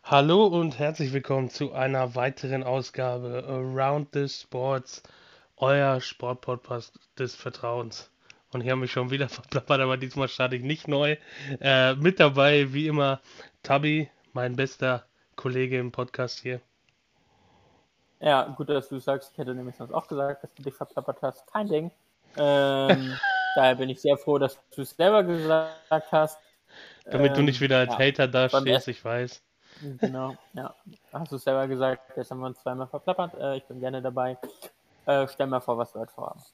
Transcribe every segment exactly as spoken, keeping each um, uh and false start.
Hallo und herzlich willkommen zu einer weiteren Ausgabe Around the Sports, euer Sportpodcast des Vertrauens. Und hier haben wir schon wieder verplappert, aber diesmal starte ich nicht neu. Äh, mit dabei, wie immer, Tabi, mein bester Kollege im Podcast hier. Ja, gut, dass du sagst. Ich hätte nämlich sonst auch gesagt, dass du dich verplappert hast. Kein Ding. Ähm, daher bin ich sehr froh, dass du es selber gesagt hast. Damit du nicht Ähm, wieder als ja, Hater beim dastehst, ersten, ich weiß. genau, ja. Hast du es selber gesagt, jetzt haben wir uns zweimal verplappert. Äh, ich bin gerne dabei. Äh, stell mal vor, was wir heute vorhaben.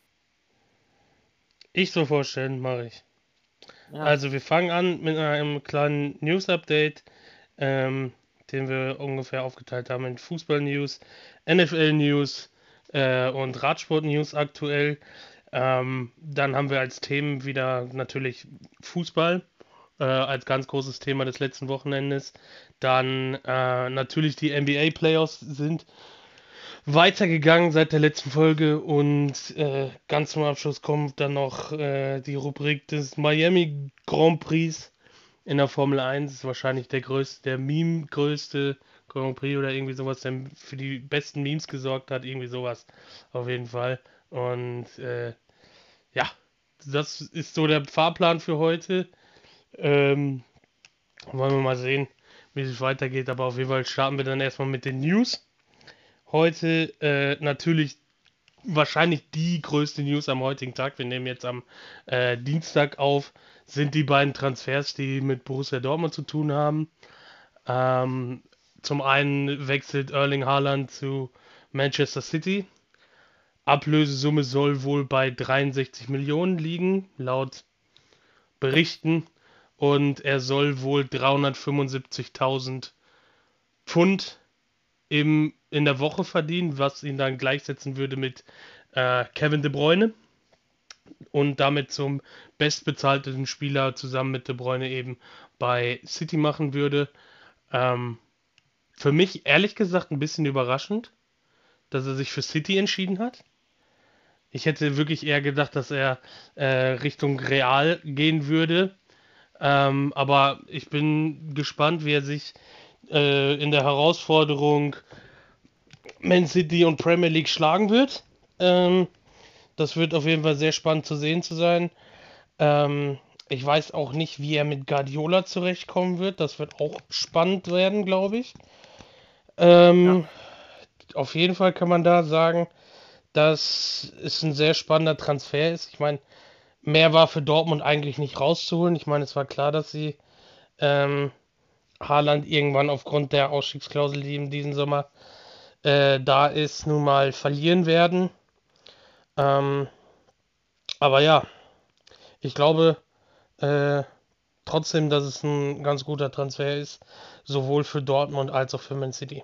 Ich so vorstellen, mache ich. Ja, Also wir fangen an mit einem kleinen News-Update, ähm, den wir ungefähr aufgeteilt haben in Fußball-News, N F L-News äh, und Radsport-News aktuell. Ähm, dann haben wir als Themen wieder natürlich Fußball äh, als ganz großes Thema des letzten Wochenendes. Dann äh, natürlich die N B A-Playoffs sind weitergegangen seit der letzten Folge und äh, ganz zum Abschluss kommt dann noch äh, die Rubrik des Miami Grand Prix in der Formel eins. Ist wahrscheinlich der größte, der Meme-größte Grand Prix oder irgendwie sowas, der für die besten Memes gesorgt hat, irgendwie sowas auf jeden Fall. Und äh, ja, das ist so der Fahrplan für heute. Ähm, wollen wir mal sehen, wie es weitergeht, aber auf jeden Fall starten wir dann erstmal mit den News. Heute äh, natürlich wahrscheinlich die größte News am heutigen Tag. Wir nehmen jetzt am äh, Dienstag auf, sind die beiden Transfers, die mit Borussia Dortmund zu tun haben. Ähm, zum einen wechselt Erling Haaland zu Manchester City. Ablösesumme soll wohl bei dreiundsechzig Millionen liegen, laut Berichten. Und er soll wohl dreihundertfünfundsiebzigtausend Pfund im, in der Woche verdienen, was ihn dann gleichsetzen würde mit äh, Kevin De Bruyne und damit zum bestbezahlten Spieler zusammen mit De Bruyne eben bei City machen würde. Ähm, für mich ehrlich gesagt ein bisschen überraschend, dass er sich für City entschieden hat. Ich hätte wirklich eher gedacht, dass er äh, Richtung Real gehen würde. Ähm, aber ich bin gespannt, wie er sich äh, in der Herausforderung Man City und Premier League schlagen wird. Ähm, das wird auf jeden Fall sehr spannend zu sehen zu sein. Ähm, ich weiß auch nicht, wie er mit Guardiola zurechtkommen wird. Das wird auch spannend werden, glaube ich. ja. Ähm, auf jeden Fall kann man da sagen, dass es ein sehr spannender Transfer ist. Ich meine, mehr war für Dortmund eigentlich nicht rauszuholen. Ich meine, es war klar, dass sie ähm, Haaland irgendwann aufgrund der Ausstiegsklausel, die in diesem Sommer äh, da ist, nun mal verlieren werden. Ähm, aber ja, ich glaube äh, trotzdem, dass es ein ganz guter Transfer ist, sowohl für Dortmund als auch für Man City.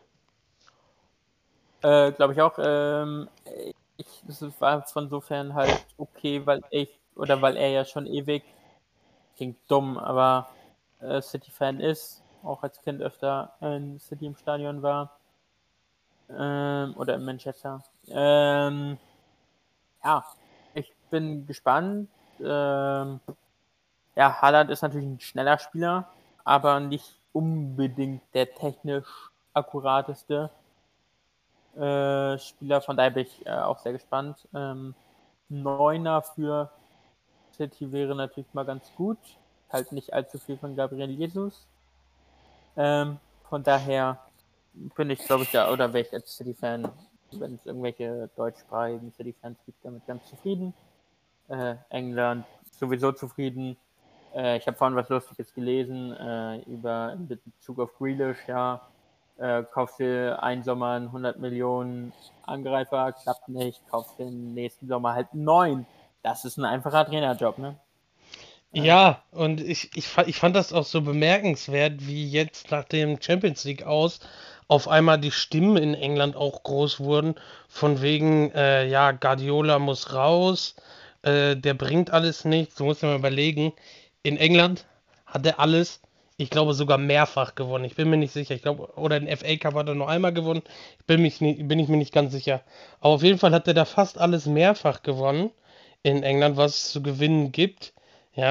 Äh, Glaube ich auch. Ähm, ich, das war von insofern halt okay, weil ich, oder weil er ja schon ewig, klingt dumm, aber äh, City-Fan ist, auch als Kind öfter in City im Stadion war. Ähm, oder in Manchester. Ähm, ja, ich bin gespannt. Ähm, ja, Haaland ist natürlich ein schneller Spieler, aber nicht unbedingt der technisch akkurateste äh, Spieler. Von daher bin ich äh, auch sehr gespannt. Ähm, Neuner für City wäre natürlich mal ganz gut. Halt nicht allzu viel von Gabriel Jesus. Ähm, von daher bin ich, glaube ich, da, oder wäre ich als City-Fan, wenn es irgendwelche deutschsprachigen City-Fans gibt, damit ganz zufrieden. Äh, England sowieso zufrieden. Äh, ich habe vorhin was Lustiges gelesen äh, über in Bezug auf Grealish, ja. Äh, kaufst du einen Sommer einen hundert Millionen Angreifer, klappt nicht, kaufst den nächsten Sommer halt einen neuen. Das ist ein einfacher Trainerjob, ne? Ja. Ja, und ich, ich, fa- ich fand das auch so bemerkenswert, wie jetzt nach dem Champions League aus auf einmal die Stimmen in England auch groß wurden, von wegen, äh, ja, Guardiola muss raus, äh, der bringt alles nichts. Du musst dir mal überlegen, in England hat er alles, ich glaube sogar mehrfach gewonnen. Ich bin mir nicht sicher. Ich glaube, oder den F A Cup hat er nur einmal gewonnen. Ich bin, mich nie, bin ich mir nicht ganz sicher. Aber auf jeden Fall hat er da fast alles mehrfach gewonnen in England, was es zu gewinnen gibt. Ja,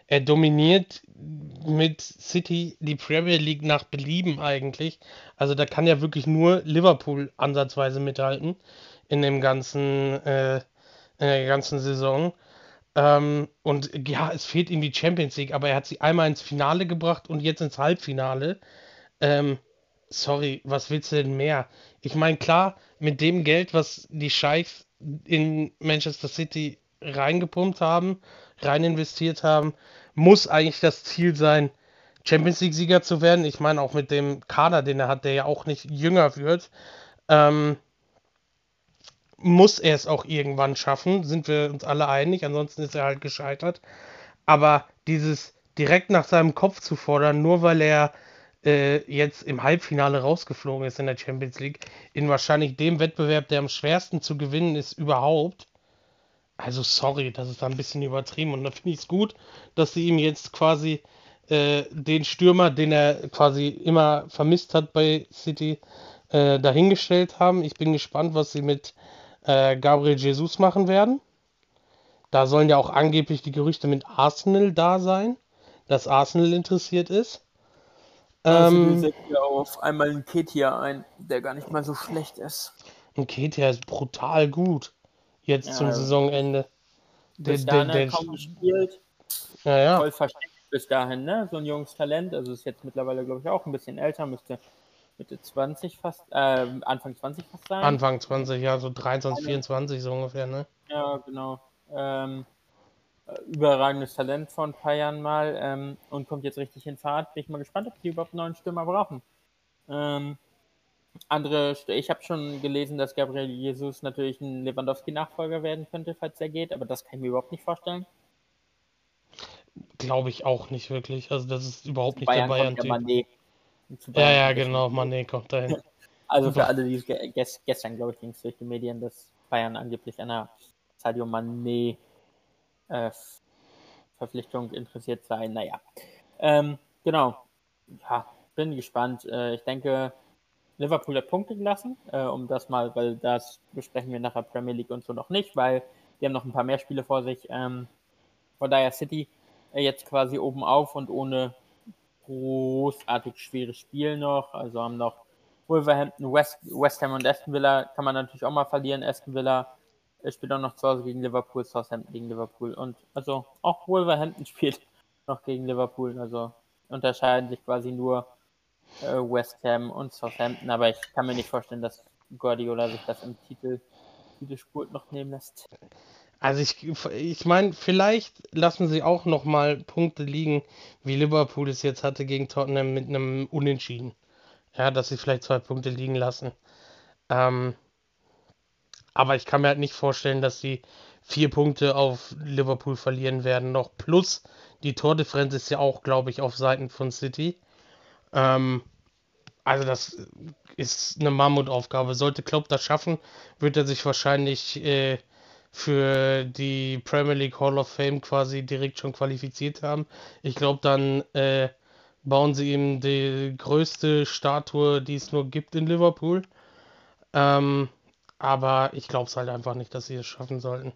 er dominiert mit City die Premier League nach Belieben eigentlich. Also da kann ja wirklich nur Liverpool ansatzweise mithalten in dem ganzen, äh, in der ganzen Saison. Ähm, und ja, es fehlt ihm die Champions League, aber er hat sie einmal ins Finale gebracht und jetzt ins Halbfinale. Ähm, sorry, was willst du denn mehr? Ich meine, klar, mit dem Geld, was die Scheichs in Manchester City reingepumpt haben, rein investiert haben, muss eigentlich das Ziel sein, Champions League-Sieger zu werden. Ich meine, auch mit dem Kader, den er hat, der ja auch nicht jünger wird, ähm, muss er es auch irgendwann schaffen, sind wir uns alle einig, ansonsten ist er halt gescheitert. Aber dieses direkt nach seinem Kopf zu fordern, nur weil er äh, jetzt im Halbfinale rausgeflogen ist in der Champions League, in wahrscheinlich dem Wettbewerb, der am schwersten zu gewinnen ist überhaupt. Also sorry, das ist da ein bisschen übertrieben und da finde ich es gut, dass sie ihm jetzt quasi äh, den Stürmer, den er quasi immer vermisst hat bei City, äh, dahingestellt haben. Ich bin gespannt, was sie mit äh, Gabriel Jesus machen werden. Da sollen ja auch angeblich die Gerüchte mit Arsenal da sein, dass Arsenal interessiert ist. Arsenal Ähm, setzt ja auf einmal einen Ketia ein, der gar nicht mal so schlecht ist. und Ketia ist brutal gut. Jetzt zum Ja, Saisonende. Der, bis der, dahin hat er der, kaum gespielt. ja, ja. Voll versteckt bis dahin, ne? So ein junges Talent. Also ist jetzt mittlerweile, glaube ich, auch ein bisschen älter, müsste Mitte zwanzig fast, äh, Anfang zwanzig fast sein. Anfang zwanzig, ja, so dreiundzwanzig, Eine, vierundzwanzig so ungefähr, ne? ja, genau. Ähm, äh, überragendes Talent vor ein paar Jahren mal ähm, und kommt jetzt richtig in Fahrt. Bin ich mal gespannt, ob die überhaupt einen neuen Stürmer brauchen. Ähm, andere, ich habe schon gelesen, dass Gabriel Jesus natürlich ein Lewandowski-Nachfolger werden könnte, falls er geht, aber das kann ich mir überhaupt nicht vorstellen. Glaube ich auch nicht wirklich. Also das ist überhaupt Zu nicht der Bayern kommt ja Bayern-Typ. Mané. Zu Ja, Bayern ja, kommt ja schon genau, Mané. Mané kommt dahin. Also für Boah, alle, die es ge gest gestern, glaube ich, ging es durch die Medien, dass Bayern angeblich an einer Sadio Mané äh, Verpflichtung interessiert sei. Naja. Ähm, genau. Ja, bin gespannt. Äh, ich denke, Liverpool hat Punkte gelassen, äh, um das mal, weil das besprechen wir nachher Premier League und so noch nicht, weil die haben noch ein paar mehr Spiele vor sich. Ähm, von daher City äh, jetzt quasi oben auf und ohne großartig schweres Spiel noch. Also haben noch Wolverhampton, West, West Ham und Aston Villa kann man natürlich auch mal verlieren. Aston Villa äh, spielt auch noch zu Hause gegen Liverpool, Southampton gegen Liverpool und also auch Wolverhampton spielt noch gegen Liverpool. Also unterscheiden sich quasi nur äh, West Ham und Southampton, aber ich kann mir nicht vorstellen, dass Guardiola sich das im Titel Titelspurt noch nehmen lässt. also ich, ich meine, vielleicht lassen sie auch noch mal Punkte liegen, wie Liverpool es jetzt hatte gegen Tottenham mit einem Unentschieden. Ja, dass sie vielleicht zwei Punkte liegen lassen. Ähm, aber ich kann mir halt nicht vorstellen, dass sie vier Punkte auf Liverpool verlieren werden noch. Plus die Tordifferenz ist ja auch, glaube ich, auf Seiten von City. Ähm, also das ist eine Mammutaufgabe. Sollte Klopp das schaffen, wird er sich wahrscheinlich äh, für die Premier League Hall of Fame quasi direkt schon qualifiziert haben. Ich glaube, dann äh, bauen sie ihm die größte Statue, die es nur gibt in Liverpool. Ähm, aber ich glaube es halt einfach nicht, dass sie es schaffen sollten.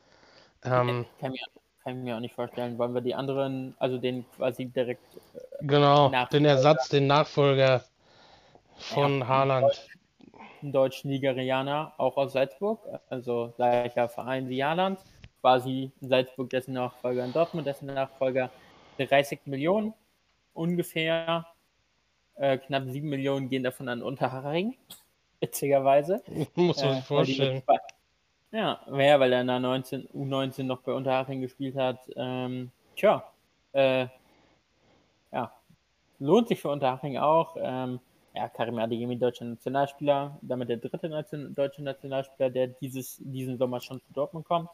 Nee, Ähm, kann, mir, kann ich mir auch nicht vorstellen. Wollen wir die anderen, also den quasi direkt genau, den Nachfolger, Ersatz, den Nachfolger ja, von Haaland. einen deutschen Nigerianer, auch aus Salzburg, also gleicher Verein wie Haaland, quasi in Salzburg dessen Nachfolger, in Dortmund dessen Nachfolger, dreißig Millionen ungefähr, äh, knapp sieben Millionen gehen davon an Unterhaching, witzigerweise, Muss man äh, sich weil die mit vorstellen. zwei, ja, ja, weil er in der neunzehn, U neunzehn noch bei Unterhaching gespielt hat, ähm, tja, äh, ja, lohnt sich für Unterhaching auch. Ähm, ja, Karim Adeyemi, deutscher Nationalspieler, damit der dritte Nation, deutsche Nationalspieler, der dieses, diesen Sommer schon zu Dortmund kommt.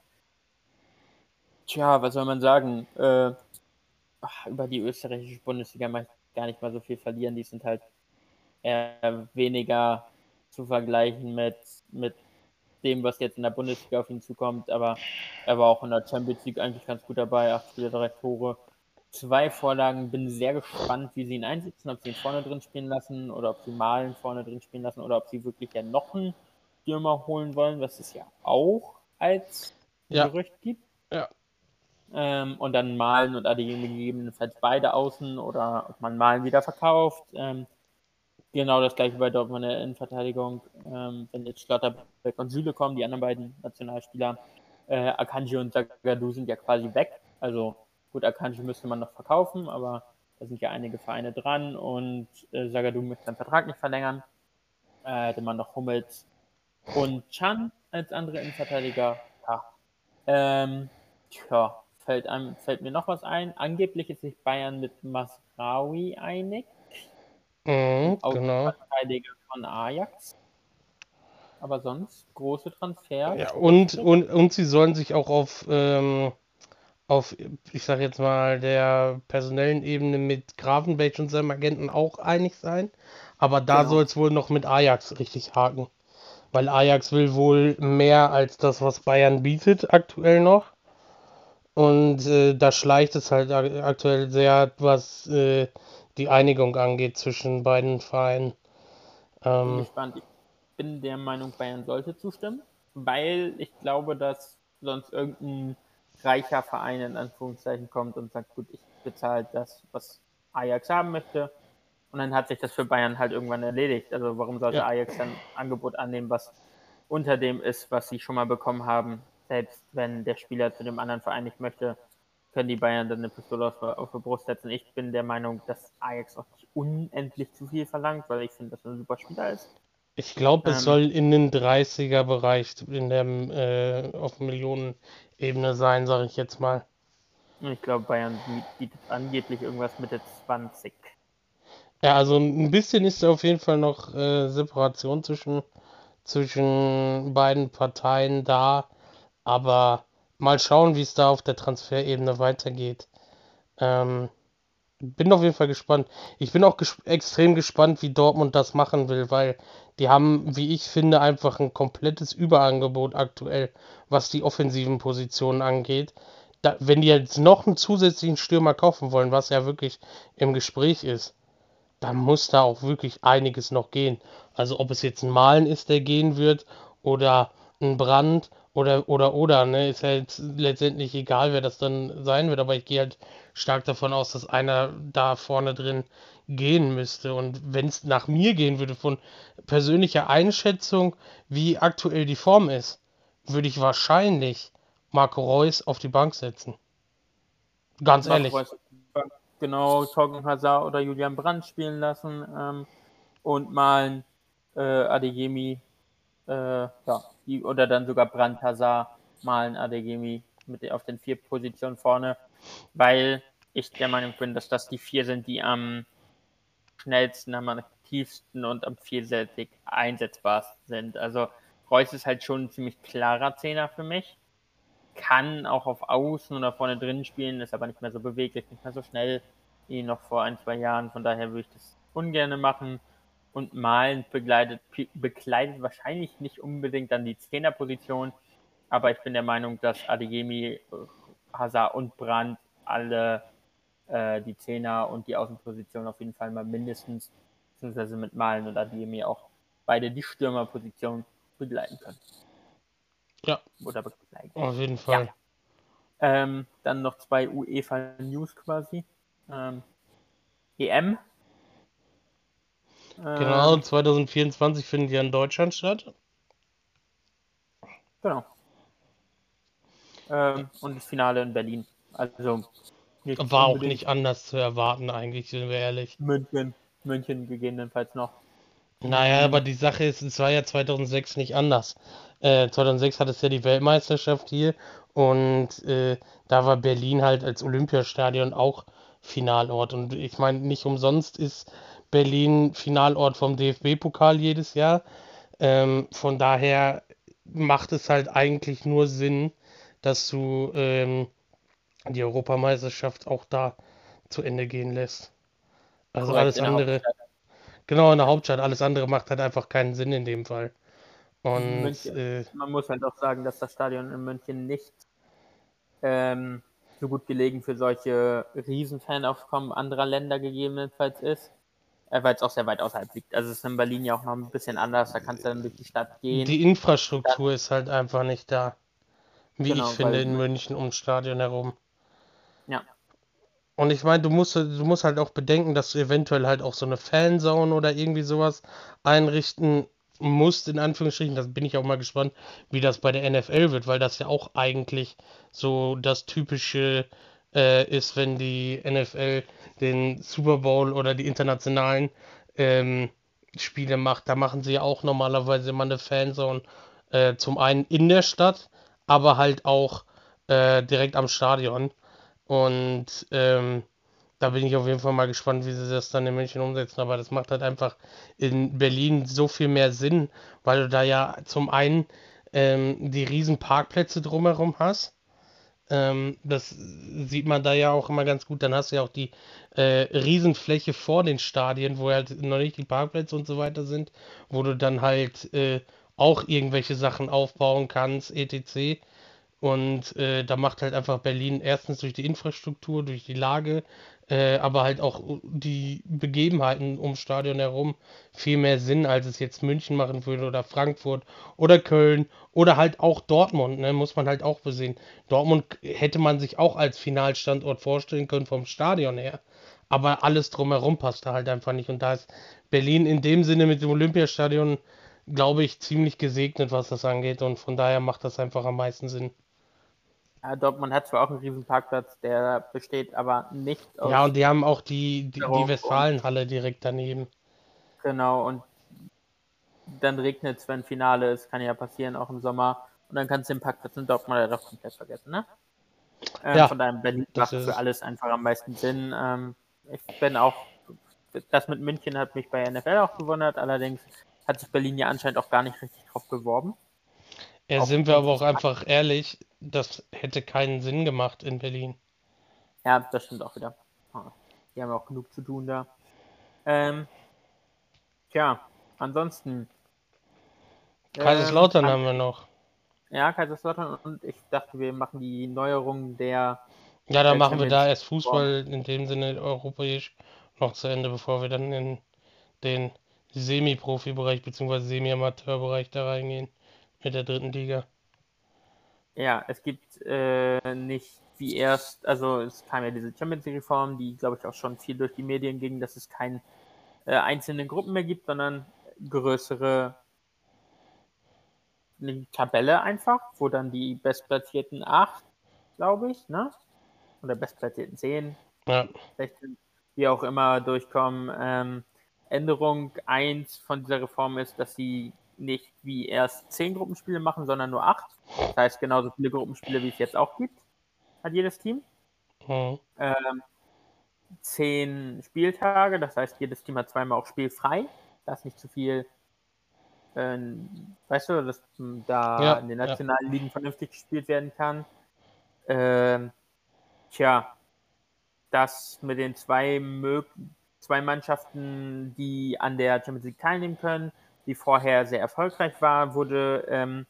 Tja, was soll man sagen? Äh, ach, über die österreichische Bundesliga möchte ich gar nicht mal so viel verlieren. Die sind halt eher weniger zu vergleichen mit, mit dem, was jetzt in der Bundesliga auf ihn zukommt. Aber er war auch in der Champions League eigentlich ganz gut dabei. Acht Spiele, drei Tore. Zwei Vorlagen, bin sehr gespannt, wie sie ihn einsetzen, ob sie ihn vorne drin spielen lassen oder ob sie Malen vorne drin spielen lassen oder ob sie wirklich ja noch einen Stürmer holen wollen, was es ja auch als Ja, Gerücht gibt. ja. Ähm, und dann Malen und Adeyemi gegebenenfalls beide außen oder ob man Malen wieder verkauft. Ähm, genau das gleiche bei Dortmund in der Innenverteidigung. Ähm, wenn jetzt Schlotterbeck und Süle kommen, die anderen beiden Nationalspieler, äh, Akanji und Zagadou sind ja quasi weg. Also gut, Akanji müsste man noch verkaufen, aber da sind ja einige Vereine dran und äh, Zagadou möchte seinen Vertrag nicht verlängern. Äh, hätte man noch Hummels und Chan als andere Innenverteidiger. Ja. Ähm, tja, fällt, einem, fällt mir noch was ein. Angeblich ist sich Bayern mit Masraoui einig, dem Mhm, genau. Außenverteidiger von Ajax. Aber sonst große Transfers. Ja, und, und, und sie sollen sich auch auf, ähm, auf, ich sag jetzt mal, der personellen Ebene mit Gravenberch und seinem Agenten auch einig sein. Aber da Genau. soll es wohl noch mit Ajax richtig haken. Weil Ajax will wohl mehr als das, was Bayern bietet, aktuell noch. Und äh, da schleicht es halt ak- aktuell sehr, was äh, die Einigung angeht zwischen beiden Vereinen. Bin Ähm, gespannt. Ich bin der Meinung, Bayern sollte zustimmen, weil ich glaube, dass sonst irgendein reicher Verein in Anführungszeichen kommt und sagt, gut, ich bezahle das, was Ajax haben möchte. Und dann hat sich das für Bayern halt irgendwann erledigt. Also warum sollte ja, Ajax dann ein Angebot annehmen, was unter dem ist, was sie schon mal bekommen haben? Selbst wenn der Spieler zu dem anderen Verein nicht möchte, können die Bayern dann eine Pistole auf, auf die Brust setzen. Ich bin der Meinung, dass Ajax auch nicht unendlich zu viel verlangt, weil ich finde, dass er ein super Spieler ist. ich glaube, es Ähm, soll in den dreißiger-Bereich in der äh, auf Millionenebene sein, sage ich jetzt mal. ich glaube, Bayern bietet angeblich irgendwas Mitte zwanzig. Ja, also ein bisschen ist da auf jeden Fall noch äh, Separation zwischen, zwischen beiden Parteien da, aber mal schauen, wie es da auf der Transferebene weitergeht. Ähm, Bin auf jeden Fall gespannt. Ich bin auch ges extrem gespannt, wie Dortmund das machen will, weil die haben, wie ich finde, einfach ein komplettes Überangebot aktuell, was die offensiven Positionen angeht. Da, wenn die jetzt noch einen zusätzlichen Stürmer kaufen wollen, was ja wirklich im Gespräch ist, dann muss da auch wirklich einiges noch gehen. Also ob es jetzt ein Malen ist, der gehen wird, oder ein Brand oder oder oder, ne, ist ja jetzt letztendlich egal, wer das dann sein wird, aber ich gehe halt stark davon aus, dass einer da vorne drin gehen müsste. Und wenn es nach mir gehen würde, von persönlicher Einschätzung, wie aktuell die Form ist, würde ich wahrscheinlich Marco Reus auf die Bank setzen. Ganz Marco ehrlich. Reus, genau, Torgen Hazard oder Julian Brandt spielen lassen ähm, und mal äh, Adeyemi, äh, ja, die, oder dann sogar Brandt Hazard malen Adeyemi mit auf den vier Positionen vorne, weil ich der Meinung bin, dass das die vier sind, die am schnellsten, am aktivsten und am vielseitig einsetzbarsten sind. Also Reus ist halt schon ein ziemlich klarer Zehner für mich, kann auch auf Außen oder vorne drin spielen, ist aber nicht mehr so beweglich, nicht mehr so schnell wie noch vor ein, zwei Jahren. Von daher würde ich das ungern machen. Und Malen begleitet, bekleidet wahrscheinlich nicht unbedingt dann die Zehnerposition, aber ich bin der Meinung, dass Adeyemi, Hazard und Brandt alle äh, die Zehner und die Außenposition auf jeden Fall mal mindestens, beziehungsweise mit Malen und Adeyemi auch beide die Stürmerposition begleiten können. Ja, Oder begleiten. auf jeden Ja. Fall. Ähm, dann noch zwei UEFA News quasi. Ähm, E M. Genau, Ähm, zwanzig vierundzwanzig findet ja in Deutschland statt. genau. Ähm, und das Finale in Berlin. Also nicht War auch unbedingt nicht anders zu erwarten, eigentlich, sind wir ehrlich. München. München gegebenenfalls noch. Naja, aber Hm, die Sache ist, es war ja zweitausendsechs nicht anders. Äh, zweitausendsechs hat es ja die Weltmeisterschaft hier und äh, da war Berlin halt als Olympiastadion auch Finalort. Und ich meine, nicht umsonst ist Berlin Finalort vom D F B-Pokal jedes Jahr. Ähm, von daher macht es halt eigentlich nur Sinn, dass du ähm, die Europameisterschaft auch da zu Ende gehen lässt. Also korrekt, alles in der andere, Hauptstadt. genau in der Ja. Hauptstadt, alles andere macht halt einfach keinen Sinn in dem Fall. Und München. äh, Man muss halt auch sagen, dass das Stadion in München nicht ähm, so gut gelegen für solche Riesenfanaufkommen anderer Länder gegebenenfalls ist, äh, weil es auch sehr weit außerhalb liegt. Also es ist in Berlin ja auch noch ein bisschen anders, da kannst du dann durch die Stadt gehen. die Und dann, Infrastruktur ist halt einfach nicht da, wie ich genau, finde, weil in München ums Stadion herum. Ja. Und ich meine, du musst, du musst halt auch bedenken, dass du eventuell halt auch so eine Fanzone oder irgendwie sowas einrichten musst, in Anführungsstrichen. Da bin ich auch mal gespannt, wie das bei der N F L wird, weil das ja auch eigentlich so das Typische äh, ist, wenn die N F L den Super Bowl oder die internationalen ähm, Spiele macht. Da machen sie ja auch normalerweise immer eine Fanzone. Äh, zum einen in der Stadt, aber halt auch äh, direkt am Stadion. Und ähm, da bin ich auf jeden Fall mal gespannt, wie sie das dann in München umsetzen. Aber das macht halt einfach in Berlin so viel mehr Sinn, weil du da ja zum einen ähm, die riesen Parkplätze drumherum hast. Ähm, das sieht man da ja auch immer ganz gut. Dann hast du ja auch die äh, Riesenfläche vor den Stadien, wo halt noch nicht die Parkplätze und so weiter sind, wo du dann halt äh, auch irgendwelche Sachen aufbauen kannst, et cetera. Und äh, da macht halt einfach Berlin erstens durch die Infrastruktur, durch die Lage, äh, aber halt auch die Begebenheiten ums Stadion herum viel mehr Sinn, als es jetzt München machen würde oder Frankfurt oder Köln oder halt auch Dortmund, ne, muss man halt auch besehen. Dortmund hätte man sich auch als Finalstandort vorstellen können vom Stadion her, aber alles drumherum passt da halt einfach nicht. Und da ist Berlin in dem Sinne mit dem Olympiastadion, glaube ich, ziemlich gesegnet, was das angeht. Und von daher macht das einfach am meisten Sinn. Ja, Dortmund hat zwar auch einen riesen Parkplatz, der besteht aber nicht Ja, und aus die haben auch die, die, die Sicherung und Westfalenhalle direkt daneben. genau, und dann regnet es, wenn Finale ist, kann ja passieren, auch im Sommer. Und dann kannst du den Parkplatz in Dortmund ja doch komplett vergessen, ne? Ähm, Ja, von daher, Berlin das macht für ist alles einfach am meisten Sinn. Ähm, ich bin auch, das mit München hat mich bei N F L auch gewundert, allerdings hat sich Berlin ja anscheinend auch gar nicht richtig drauf beworben. es. Ja, Auch sind wir aber auch interessant. einfach ehrlich, das hätte keinen Sinn gemacht in Berlin. Ja, das stimmt auch wieder. Ah, die haben ja auch genug zu tun da. Ähm, tja, ansonsten, ähm, Kaiserslautern an, haben wir noch. ja, Kaiserslautern, und ich dachte, wir machen die Neuerung der Ja, dann äh, machen wir Champions da League erst vor. Fußball in dem Sinne europäisch noch zu Ende, bevor wir dann in den Semi-Profi-Bereich bzw. Semi-Amateur-Bereich da reingehen mit der dritten Liga. Ja, es gibt äh, nicht wie erst, also es kam ja diese Champions League-Reform, die, glaube ich, auch schon viel durch die Medien ging, dass es keine äh, einzelnen Gruppen mehr gibt, sondern größere, eine Tabelle einfach, wo dann die bestplatzierten acht, glaube ich, ne? Oder bestplatzierten zehn, Ja, sechzehn, wie auch immer durchkommen. Ähm, Änderung eins von dieser Reform ist, dass sie nicht wie erst zehn Gruppenspiele machen, sondern nur acht. Das heißt, genauso viele Gruppenspiele, wie es jetzt auch gibt, hat jedes Team. mhm. Ähm, zehn Spieltage, das heißt, jedes Team hat zweimal auch spielfrei. Da ist nicht zu viel, äh, weißt du, dass da Ja, in den ja. nationalen Ligen vernünftig gespielt werden kann. Ähm, tja, das mit den zwei, Mö zwei Mannschaften, die an der Champions League teilnehmen können, die vorher sehr erfolgreich war, wurde, ähm,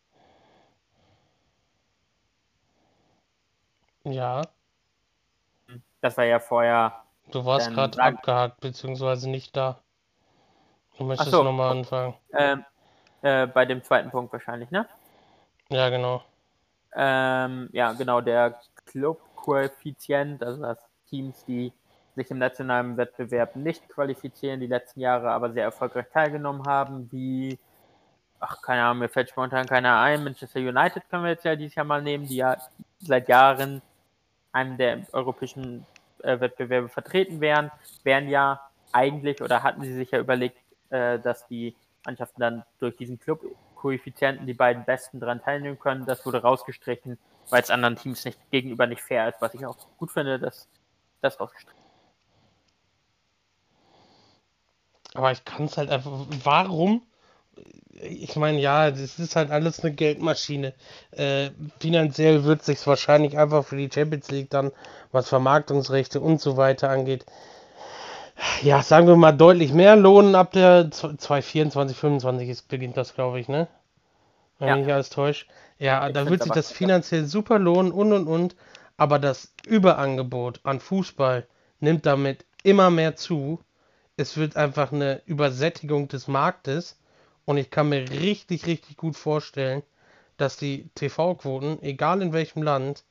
Ja, das war ja vorher, du warst dann gerade sagen, abgehakt, beziehungsweise nicht da. Du ach möchtest so, nochmal anfangen. ähm, äh, bei dem zweiten Punkt wahrscheinlich, ne? Ja, genau. Ähm, ja, genau, der Club-Koeffizient, also das Teams, die sich im nationalen Wettbewerb nicht qualifizieren, die letzten Jahre aber sehr erfolgreich teilgenommen haben, wie, ach, keine Ahnung, mir fällt spontan keiner ein, Manchester United können wir jetzt ja dieses Jahr mal nehmen, die ja seit Jahren einen der europäischen äh, Wettbewerbe vertreten wären, wären ja eigentlich, oder hatten sie sich ja überlegt, äh, dass die Mannschaften dann durch diesen Club-Koeffizienten die beiden Besten daran teilnehmen können. Das wurde rausgestrichen, weil es anderen Teams nicht, gegenüber nicht fair ist, was ich auch gut finde, dass das rausgestrichen Aber ich kann es halt einfach. Warum? Ich meine, ja, das ist halt alles eine Geldmaschine. Äh, finanziell wird sich wahrscheinlich einfach für die Champions League dann, was Vermarktungsrechte und so weiter angeht, ja, sagen wir mal deutlich mehr lohnen ab der zwanzig vierundzwanzig, fünfundzwanzig ist, beginnt das, glaube ich, ne? Wenn Ja, mich nicht alles täuscht. Ja, ich da finde wird es sich aber das kacke. finanziell super lohnen und und und. Aber das Überangebot an Fußball nimmt damit immer mehr zu. Es wird einfach eine Übersättigung des Marktes. Und ich kann mir richtig, richtig gut vorstellen, dass die T V-Quoten, egal in welchem Land,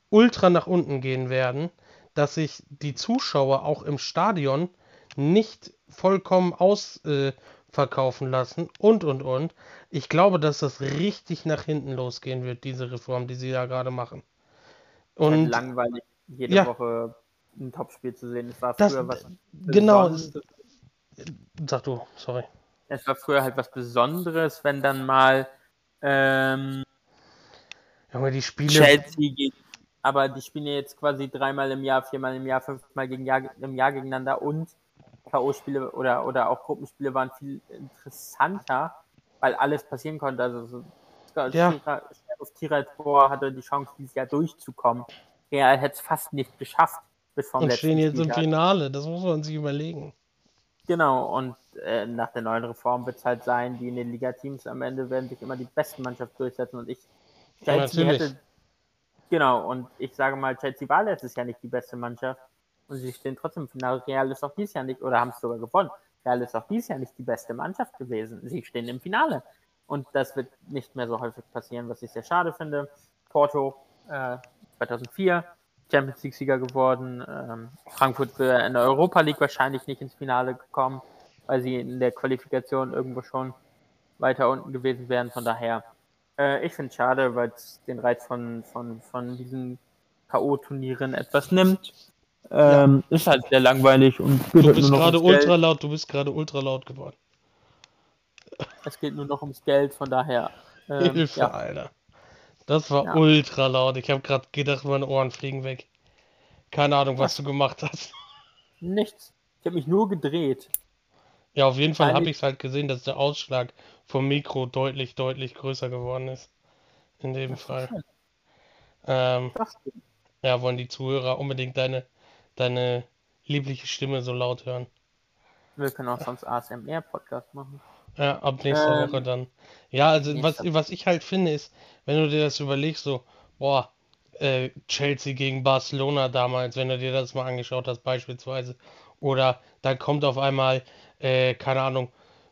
ultra nach unten gehen werden, dass sich die Zuschauer auch im Stadion nicht vollkommen ausverkaufen äh, lassen und und und. Ich glaube, dass das richtig nach hinten losgehen wird, diese Reform, die sie da gerade machen. Ist halt Und langweilig, jede ja, Woche ein Topspiel zu sehen. Es war das früher was genau ist. Besonderes. Sag du, sorry. Es war früher halt was Besonderes, wenn dann mal ähm, Junge, die Spiele. Chelsea geht. Aber die spielen ja jetzt quasi dreimal im Jahr, viermal im Jahr, fünfmal gegen Jahr, im Jahr gegeneinander und K O-Spiele oder, oder auch Gruppenspiele waren viel interessanter, weil alles passieren konnte. Also so, Ja. auf Tiraspol hatte die Chance, dieses Jahr durchzukommen. Real hätte es fast nicht geschafft bis vom Und stehen letzten jetzt im Spieltag. Finale, das muss man sich überlegen. Genau, und äh, nach der neuen Reform wird es halt sein, die in den Liga-Teams am Ende werden sich immer die besten Mannschaften durchsetzen und ich, Chelsea Natürlich. hätte, genau, und ich sage mal, Chelsea war letztes Jahr nicht die beste Mannschaft und sie stehen trotzdem im Finale. Real ist auch dieses Jahr nicht, oder haben es sogar gewonnen. Real ist auch dieses Jahr nicht die beste Mannschaft gewesen. Sie stehen im Finale. Und das wird nicht mehr so häufig passieren, was ich sehr schade finde. Porto äh, zweitausendvier, Champions League-Sieger geworden. Ähm, Frankfurt wäre in der Europa League wahrscheinlich nicht ins Finale gekommen, weil sie in der Qualifikation irgendwo schon weiter unten gewesen wären. Von daher, äh, ich finde es schade, weil es den Reiz von, von, von diesen K O-Turnieren etwas nimmt. Ähm, ja. Ist halt sehr langweilig und geht du halt bist nur noch gerade ums ultra Geld. laut, du bist gerade ultra laut geworden. Es geht nur noch ums Geld, von daher. Ähm, Hilfe, ja. Alter. Das war ja. ultra laut. Ich habe gerade gedacht, meine Ohren fliegen weg. Keine Ahnung, was Was? du gemacht hast. Nichts. Ich habe mich nur gedreht. Ja, auf jeden Fall habe Eigentlich. ich es halt gesehen, dass der Ausschlag vom Mikro deutlich, deutlich größer geworden ist. In dem Das ist doch Fall. schön. Ähm, Das stimmt. ja, wollen die Zuhörer unbedingt deine, deine liebliche Stimme so laut hören. Wir können auch sonst A S M R-Podcast machen. Ja, ab nächster Woche Ähm, dann. Ja, also was, nächster. was ich halt finde ist, wenn du dir das überlegst, so, boah, äh, Chelsea gegen Barcelona damals, wenn du dir das mal angeschaut hast, beispielsweise. Oder dann kommt auf einmal, äh, keine Ahnung,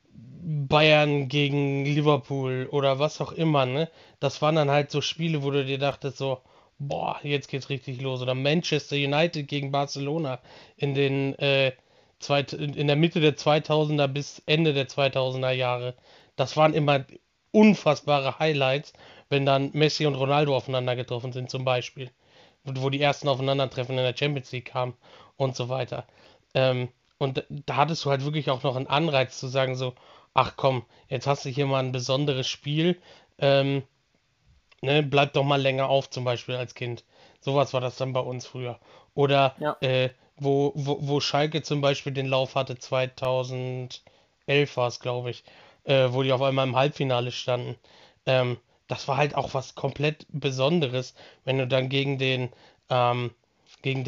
Bayern gegen Liverpool oder was auch immer, ne? Das waren dann halt so Spiele, wo du dir dachtest, so, boah, jetzt geht's richtig los. Oder Manchester United gegen Barcelona in den, äh, zweit, in der Mitte der zweitausender bis Ende der zweitausender Jahre. Das waren immer unfassbare Highlights, wenn dann Messi und Ronaldo aufeinander getroffen sind, zum Beispiel. Wo die ersten Aufeinandertreffen in der Champions League kamen und so weiter. Ähm, und da hattest du halt wirklich auch noch einen Anreiz zu sagen, so, ach komm, jetzt hast du hier mal ein besonderes Spiel, ähm, ne, bleib doch mal länger auf, zum Beispiel als Kind. Sowas war das dann bei uns früher. Oder Ja. äh, wo, wo, wo Schalke zum Beispiel den Lauf hatte, zweitausendelf war es, glaube ich, äh, wo die auf einmal im Halbfinale standen. Ähm, das war halt auch was komplett Besonderes, wenn du dann gegen den, ähm, gegen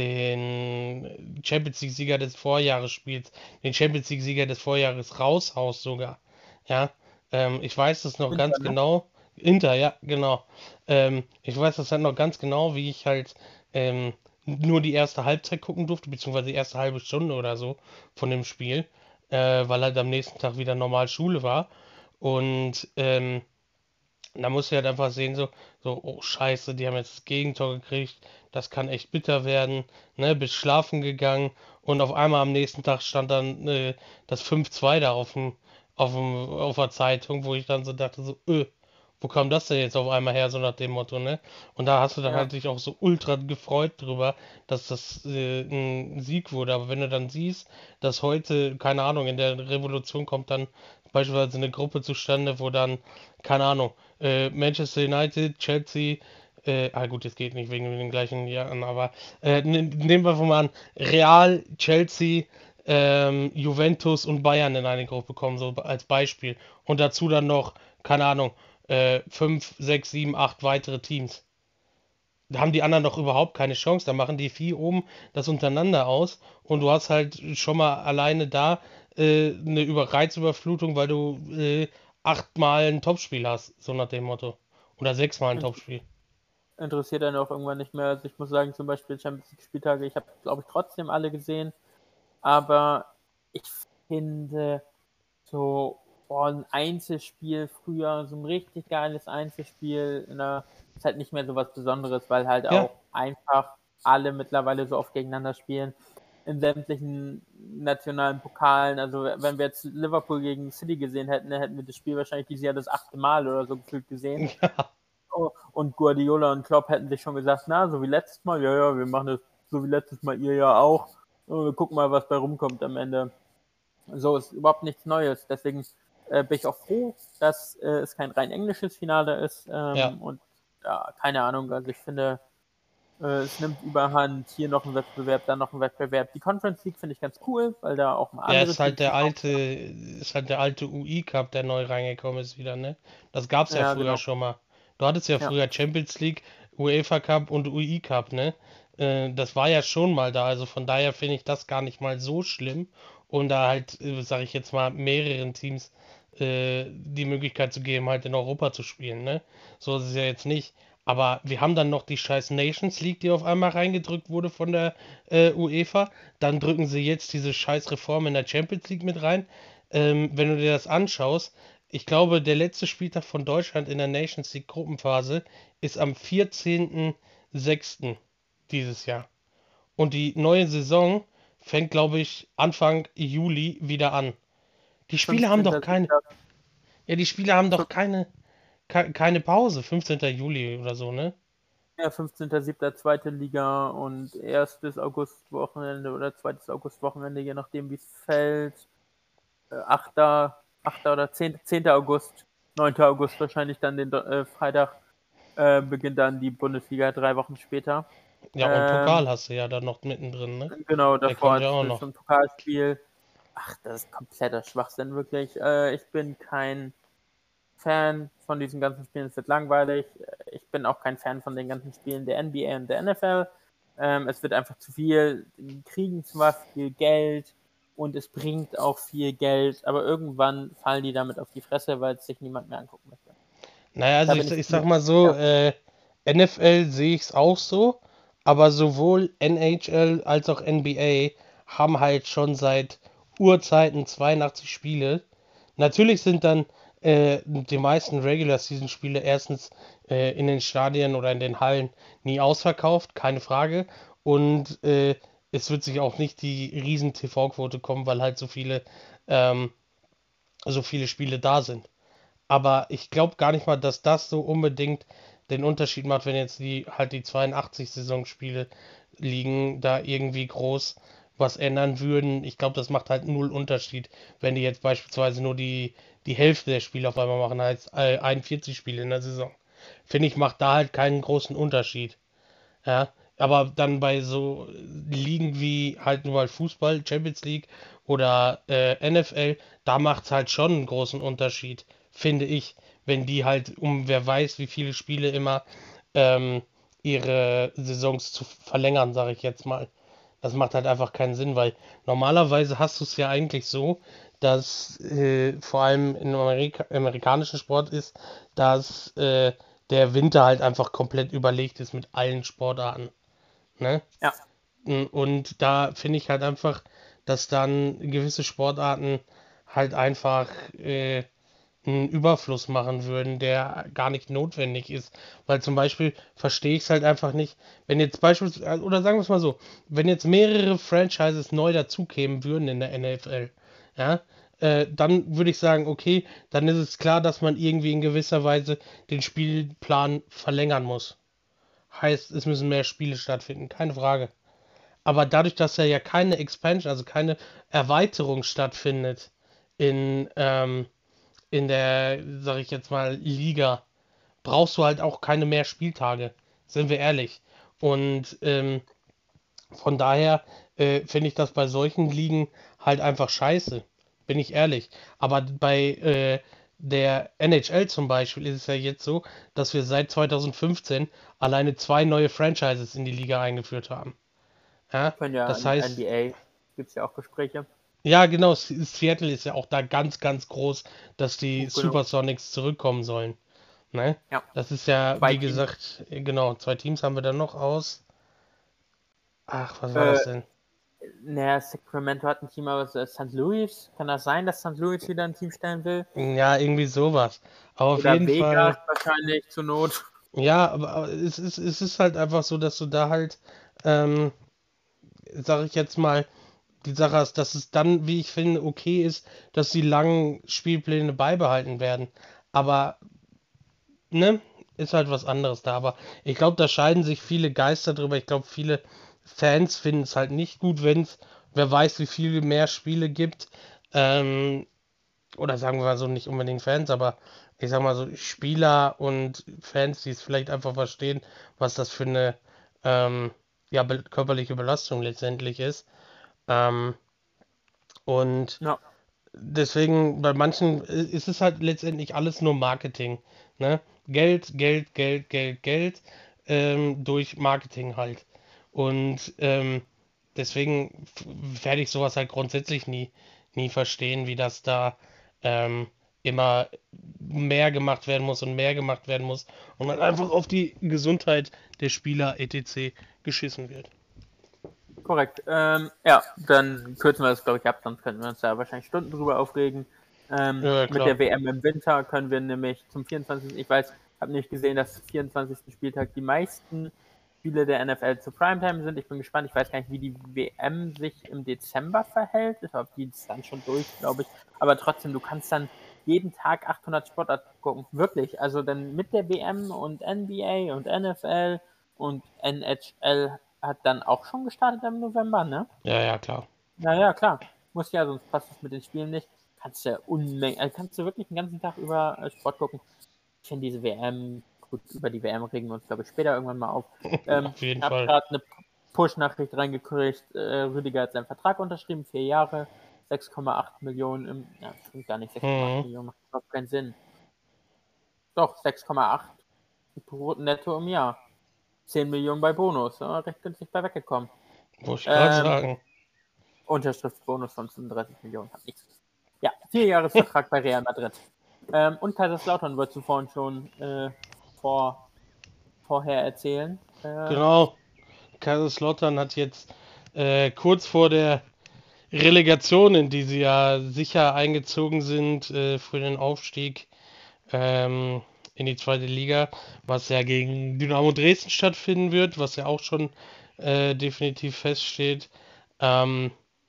den Champions League-Sieger des Vorjahres spielst, den Champions League-Sieger des Vorjahres raushaust sogar. Ja, ähm, ich weiß das noch Inter, ganz ne? genau. Inter, ja, genau. Ähm, ich weiß das halt noch ganz genau, wie ich halt ähm, nur die erste Halbzeit gucken durfte, beziehungsweise die erste halbe Stunde oder so von dem Spiel, äh, weil halt am nächsten Tag wieder normal Schule war. Und ähm, da musst du halt einfach sehen, so, so, oh Scheiße, die haben jetzt das Gegentor gekriegt, das kann echt bitter werden, ne, bist schlafen gegangen und auf einmal am nächsten Tag stand dann äh, das fünf zwei da auf dem, auf dem, auf der Zeitung, wo ich dann so dachte, so, öh, wo kam das denn jetzt auf einmal her, so nach dem Motto, ne? Und da hast du dann Ja. halt dich auch so ultra gefreut drüber, dass das äh, ein Sieg wurde. Aber wenn du dann siehst, dass heute, keine Ahnung, in der Revolution kommt dann beispielsweise eine Gruppe zustande, wo dann, keine Ahnung, äh, Manchester United, Chelsea, äh, ah gut, das geht nicht wegen den gleichen Jahren, aber äh, n- nehmen wir einfach mal an, Real, Chelsea, ähm, Juventus und Bayern in eine Gruppe kommen, so als Beispiel. Und dazu dann noch, keine Ahnung, äh, fünf, sechs, sieben, acht weitere Teams. Da haben die anderen doch überhaupt keine Chance. Da machen die vier oben das untereinander aus und du hast halt schon mal alleine da äh, eine Über Reizüberflutung, weil du äh, achtmal ein Topspiel hast, so nach dem Motto. Oder sechsmal ein Topspiel. Interessiert einen auch irgendwann nicht mehr. Also ich muss sagen, zum Beispiel Champions League Spieltage, ich habe, glaube ich, trotzdem alle gesehen. Aber ich finde, so boah, ein Einzelspiel früher, so ein richtig geiles Einzelspiel in der ist halt nicht mehr so was Besonderes, weil halt Ja, auch einfach alle mittlerweile so oft gegeneinander spielen in sämtlichen nationalen Pokalen. Also, wenn wir jetzt Liverpool gegen City gesehen hätten, dann hätten wir das Spiel wahrscheinlich dieses Jahr das achte Mal oder so gefühlt gesehen. ja, Oh, und Guardiola und Klopp hätten sich schon gesagt, na, so wie letztes Mal, ja, ja, wir machen das so wie letztes Mal, ihr ja auch. Und wir gucken mal, was bei rumkommt am Ende. So ist überhaupt nichts Neues. Deswegen äh, bin ich auch froh, dass äh, es kein rein englisches Finale ist. ja. Ähm, und ja, keine Ahnung, also ich finde, äh, es nimmt überhand, hier noch ein Wettbewerb, dann noch ein Wettbewerb. Die Conference League finde ich ganz cool, weil da auch mal Ja, andere ist halt Teams die der Chance alte, ist halt der alte U I Cup, der neu reingekommen ist wieder, ne? Das gab's haben. ja Ja, früher genau. schon mal. Du hattest ja Ja, früher Champions League, UEFA Cup und U I Cup, ne? Äh, das war ja schon mal da, also von daher finde ich das gar nicht mal so schlimm, um da halt, äh, sag ich jetzt mal, mehreren Teams äh, die Möglichkeit zu geben, halt in Europa zu spielen, ne? So ist es ja jetzt nicht. Aber wir haben dann noch die scheiß Nations League, die auf einmal reingedrückt wurde von der äh, UEFA. Dann drücken sie jetzt diese scheiß Reform in der Champions League mit rein. Ähm, wenn du dir das anschaust, ich glaube, der letzte Spieltag von Deutschland in der Nations League Gruppenphase ist am vierzehnten sechsten dieses Jahr. Und die neue Saison fängt, glaube ich, Anfang Juli wieder an. Die Spiele haben doch fünfzehnter keine, ja, die Spiele haben doch keine, ke- keine Pause. fünfzehnten Juli oder so, ne? Ja, fünfzehnter siebter zweite Liga und erstes Augustwochenende oder zweites Augustwochenende, je nachdem wie es fällt. Äh, achter achter oder zehnter zehnter August, neunter August wahrscheinlich dann den äh, Freitag äh, beginnt dann die Bundesliga drei Wochen später. Ja, und Ähm, Pokal hast du ja dann noch mittendrin, ne? genau, Der davor kommt ja hat auch es noch. so ein Pokalspiel. Ach, das ist kompletter Schwachsinn, wirklich. Äh, ich bin kein Fan von diesen ganzen Spielen, es wird langweilig. Ich bin auch kein Fan von den ganzen Spielen der N B A und der N F L. Ähm, es wird einfach zu viel. Die kriegen zwar viel Geld und es bringt auch viel Geld, aber irgendwann fallen die damit auf die Fresse, weil es sich niemand mehr angucken möchte. Naja, also Da bin ich, ich ich sag ziemlich mal so, sicher. äh, N F L sehe ich es auch so, aber sowohl N H L als auch N B A haben halt schon seit Urzeiten zweiundachtzig Spiele. Natürlich sind dann äh, die meisten Regular Season Spiele erstens äh, in den Stadien oder in den Hallen nie ausverkauft, keine Frage. Und äh, es wird sich auch nicht die riesen T V-Quote kommen, weil halt so viele, ähm, so viele Spiele da sind. Aber ich glaube gar nicht mal, dass das so unbedingt den Unterschied macht, wenn jetzt die halt die zweiundachtzig Saisonspiele liegen, da irgendwie groß was ändern würden. Ich glaube, das macht halt null Unterschied, wenn die jetzt beispielsweise nur die, die Hälfte der Spiele auf einmal machen, als äh, einundvierzig Spiele in der Saison. Finde ich, macht da halt keinen großen Unterschied. Ja, aber dann bei so Ligen wie halt nur mal Fußball, Champions League oder äh, N F L, da macht es halt schon einen großen Unterschied, finde ich, wenn die halt um wer weiß wie viele Spiele immer ähm, ihre Saisons zu verlängern, sage ich jetzt mal. Das macht halt einfach keinen Sinn, weil normalerweise hast du es ja eigentlich so, dass äh, vor allem im Amerika amerikanischen Sport ist, dass äh, der Winter halt einfach komplett überlegt ist mit allen Sportarten. Ne? Ja, Und da finde ich halt einfach, dass dann gewisse Sportarten halt einfach äh, einen Überfluss machen würden, der gar nicht notwendig ist. Weil zum Beispiel verstehe ich es halt einfach nicht, wenn jetzt beispielsweise, oder sagen wir es mal so, wenn jetzt mehrere Franchises neu dazukämen würden in der N F L, ja, äh, dann würde ich sagen, okay, dann ist es klar, dass man irgendwie in gewisser Weise den Spielplan verlängern muss. Heißt, es müssen mehr Spiele stattfinden, keine Frage. Aber dadurch, dass ja ja keine Expansion, also keine Erweiterung stattfindet in, ähm, in der, sag ich jetzt mal, Liga, brauchst du halt auch keine mehr Spieltage. Sind wir ehrlich. Und ähm, von daher äh, finde ich das bei solchen Ligen halt einfach scheiße. Bin ich ehrlich. Aber bei äh, der N H L zum Beispiel ist es ja jetzt so, dass wir seit zweitausendfünfzehn alleine zwei neue Franchises in die Liga eingeführt haben. Ja, können ja das in heißt, N B A gibt es ja auch Gespräche. ja, genau, S- Seattle ist ja auch da ganz, ganz groß, dass die Oh, genau. Supersonics zurückkommen sollen. Ne? Ja, Das ist ja, zwei wie Teams. gesagt, genau, zwei Teams haben wir dann noch aus. Ach, was war Äh, das denn? naja, Sacramento hat ein Team, aber Sankt Louis, kann das sein, dass Sankt Louis wieder ein Team stellen will? Ja, irgendwie sowas. Aber auf Oder jeden Vegas Fall, wahrscheinlich zur Not. ja, aber, aber es ist, es ist halt einfach so, dass du da halt, ähm, sag ich jetzt mal, die Sache ist, dass es dann, wie ich finde, okay ist, dass die langen Spielpläne beibehalten werden. Aber, ne, ist halt was anderes da. Aber ich glaube, da scheiden sich viele Geister drüber. Ich glaube, viele Fans finden es halt nicht gut, wenn es, wer weiß, wie viele mehr Spiele gibt. Ähm, oder sagen wir mal so, nicht unbedingt Fans, aber ich sag mal so Spieler und Fans, die es vielleicht einfach verstehen, was das für eine ähm, ja, be körperliche Belastung letztendlich ist. Ähm, und Ja, deswegen, bei manchen ist es halt letztendlich alles nur Marketing. Ne? Geld, Geld, Geld, Geld, Geld ähm, durch Marketing halt. Und ähm, deswegen f- werde ich sowas halt grundsätzlich nie, nie verstehen, wie das da ähm, immer mehr gemacht werden muss und mehr gemacht werden muss und dann einfach auf die Gesundheit der Spieler et cetera geschissen wird. korrekt. Ähm, ja, dann kürzen wir das, glaube ich, ab, sonst könnten wir uns da wahrscheinlich Stunden drüber aufregen. Ähm, Ja, mit klar. der W M im Winter können wir nämlich zum vierundzwanzigsten. Ich weiß, habe nicht gesehen, dass vierundzwanzigsten Spieltag die meisten Spiele der N F L zu Primetime sind. Ich bin gespannt. Ich weiß gar nicht, wie die W M sich im Dezember verhält. Ich glaube, die ist dann schon durch, glaube ich. Aber trotzdem, du kannst dann jeden Tag achthundert Sportarten gucken. Wirklich. Also dann mit der W M und N B A und N F L und N H L hat dann auch schon gestartet im November, ne? Ja, ja, klar. Naja, klar. Muss ja, sonst passt es mit den Spielen nicht. Kannst du Unmengen, also kannst du wirklich den ganzen Tag über äh, Sport gucken. Ich finde diese W M, gut, über die W M regen wir uns, glaube ich, später irgendwann mal auf. Ähm, Auf jeden hab Fall. gerade eine Push-Nachricht reingekriegt. Äh, Rüdiger hat seinen Vertrag unterschrieben, vier Jahre, sechs Komma acht Millionen im, ja, stimmt gar nicht, sechs Komma acht Hm. Millionen macht überhaupt keinen Sinn. Doch, sechs Komma acht brutto netto im Jahr. zehn Millionen bei Bonus, ja, recht günstig bei weggekommen. Muss ich gerade Ähm, sagen. Unterschriftsbonus von fünfunddreißig Millionen, hat nichts. Ja, vier Jahresvertrag bei Real Madrid. Ähm, und Kaiserslautern wolltest du vorhin schon äh, vor, vorher erzählen. Äh, Genau. Kaiserslautern hat jetzt äh, kurz vor der Relegation, in die sie ja sicher eingezogen sind äh, für den Aufstieg ähm, in die zweite Liga, was ja gegen Dynamo Dresden stattfinden wird, was ja auch schon äh, definitiv feststeht. Ähm,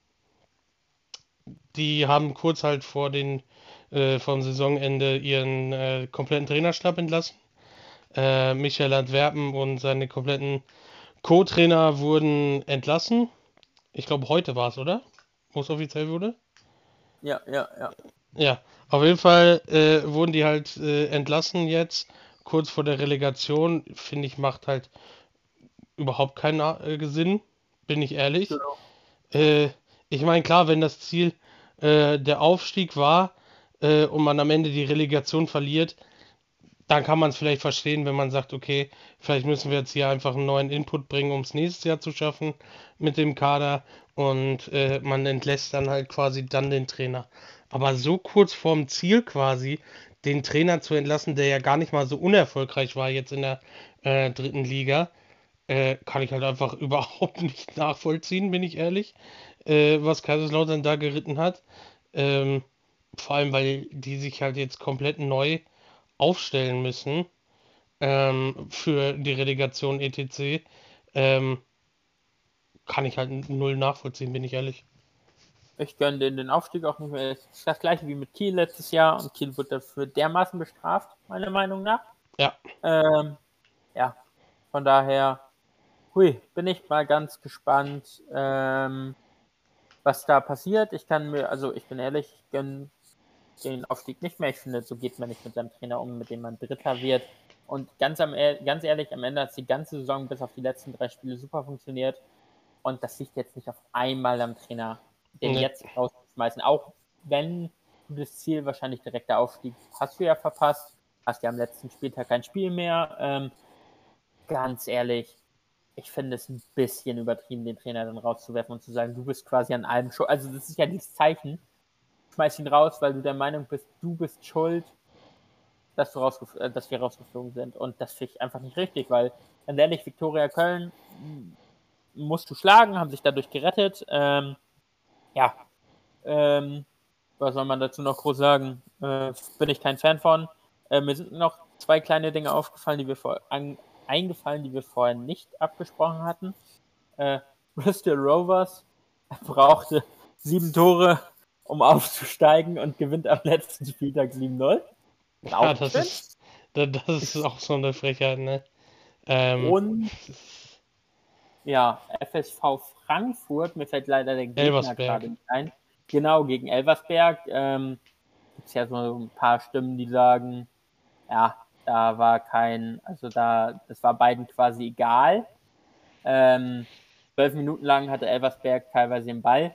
die haben kurz halt vor den äh, vom Saisonende ihren äh, kompletten Trainerstab entlassen. Äh, Michael Antwerpen und seine kompletten Co-Trainer wurden entlassen. Ich glaube, heute war es, oder? Wo es offiziell wurde? ja, ja, ja. Ja, auf jeden Fall äh, wurden die halt äh, entlassen jetzt, kurz vor der Relegation. Finde ich, macht halt überhaupt keinen äh, Sinn, bin ich ehrlich. Genau. Äh, Ich meine, klar, wenn das Ziel äh, der Aufstieg war äh, und man am Ende die Relegation verliert, dann kann man es vielleicht verstehen, wenn man sagt, okay, vielleicht müssen wir jetzt hier einfach einen neuen Input bringen, um es nächstes Jahr zu schaffen mit dem Kader und äh, man entlässt dann halt quasi dann den Trainer. Aber so kurz vorm Ziel quasi den Trainer zu entlassen, der ja gar nicht mal so unerfolgreich war jetzt in der äh, dritten Liga, äh, kann ich halt einfach überhaupt nicht nachvollziehen, bin ich ehrlich, äh, was Kaiserslautern da geritten hat. Ähm, Vor allem, weil die sich halt jetzt komplett neu aufstellen müssen ähm, für die Relegation et cetera. Ähm, Kann ich halt null nachvollziehen, bin ich ehrlich. Ich gönne denen den Aufstieg auch nicht mehr. Es ist das gleiche wie mit Kiel letztes Jahr und Kiel wird dafür dermaßen bestraft, meiner Meinung nach. Ja, Ähm, ja, von daher, hui, bin ich mal ganz gespannt, ähm, was da passiert. Ich kann mir, also ich bin ehrlich, ich gönne den Aufstieg nicht mehr. Ich finde, so geht man nicht mit seinem Trainer um, mit dem man Dritter wird. Und ganz, am, ganz ehrlich, am Ende hat es die ganze Saison bis auf die letzten drei Spiele super funktioniert. Und das liegt jetzt nicht auf einmal am Trainer, den ne, jetzt rauszuschmeißen. Auch wenn du das Ziel wahrscheinlich direkter Aufstieg hast du ja verpasst, hast ja am letzten Spieltag kein Spiel mehr. Ähm, ganz ehrlich, ich finde es ein bisschen übertrieben, den Trainer dann rauszuwerfen und zu sagen, du bist quasi an allem schuld. Also das ist ja dieses Zeichen, schmeiß ihn raus, weil du der Meinung bist, du bist schuld, dass, du rausgef- äh, dass wir rausgeflogen sind. Und das finde ich einfach nicht richtig, weil, ganz ehrlich, Viktoria Köln musst du schlagen, haben sich dadurch gerettet. Ähm, ja, ähm, was soll man dazu noch groß sagen? Äh, bin ich kein Fan von. Äh, mir sind noch zwei kleine Dinge aufgefallen, die wir vor, an, eingefallen, die wir vorher nicht abgesprochen hatten. Äh, Bristol Rovers brauchte sieben Tore, um aufzusteigen und gewinnt am letzten Spieltag sieben null. Ja, das ist, das, das ist auch so eine Frechheit, ne? Ähm, Und ja, F S V Frankfurt, mir fällt leider der Gegner Elversberg. gerade nicht ein. Genau, gegen Elversberg. Ähm, gibt es ja so ein paar Stimmen, die sagen, ja, da war kein, also da, das war beiden quasi egal. Ähm, zwölf Minuten lang hatte Elversberg teilweise den Ball,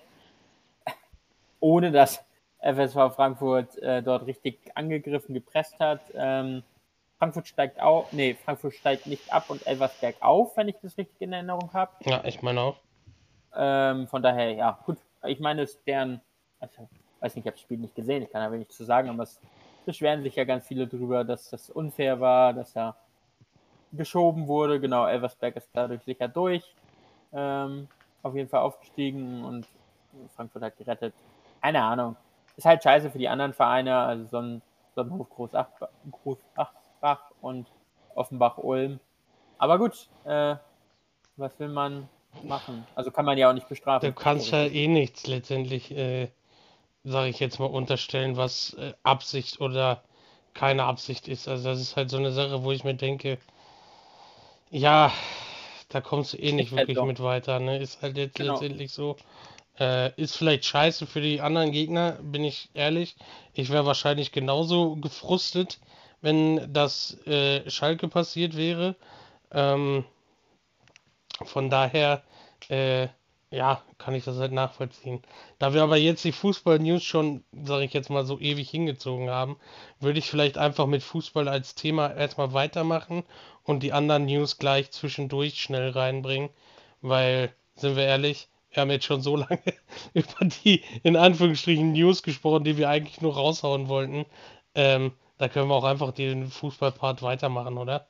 ohne dass F S V Frankfurt äh, dort richtig angegriffen, gepresst hat. Ähm, Frankfurt steigt auf, nee, Frankfurt steigt nicht ab und Elversberg auf, wenn ich das richtig in Erinnerung habe. Ja, ich meine auch. Ähm, von daher, ja, gut. Ich meine, es ist deren, also, weiß nicht, ich habe das Spiel nicht gesehen, ich kann da wenig zu sagen, aber es beschweren sich ja ganz viele drüber, dass das unfair war, dass da geschoben wurde. Genau, Elversberg ist dadurch sicher durch. Ähm, auf jeden Fall aufgestiegen und Frankfurt hat gerettet. Keine Ahnung. Ist halt scheiße für die anderen Vereine, also so ein Sonnenhof Großachbach Großachbach und Offenbach-Ulm. Aber gut, äh, was will man machen? Also kann man ja auch nicht bestrafen. Du kannst ja eh nichts letztendlich, äh, sage ich jetzt mal, unterstellen, was äh, Absicht oder keine Absicht ist. Also das ist halt so eine Sache, wo ich mir denke, ja, da kommst du eh nicht Ist halt wirklich so. mit weiter, ne? Ist halt jetzt Genau. letztendlich so. Äh, ist vielleicht scheiße für die anderen Gegner, bin ich ehrlich. Ich wäre wahrscheinlich genauso gefrustet, wenn das äh, Schalke passiert wäre. Ähm, von daher, äh, ja, kann ich das halt nachvollziehen. Da wir aber jetzt die Fußball-News schon, sage ich jetzt mal, so ewig hingezogen haben, würde ich vielleicht einfach mit Fußball als Thema erstmal weitermachen und die anderen News gleich zwischendurch schnell reinbringen, weil, sind wir ehrlich, wir haben jetzt schon so lange über die, in Anführungsstrichen, News gesprochen, die wir eigentlich nur raushauen wollten. Ähm, da können wir auch einfach den Fußball-Part weitermachen, oder?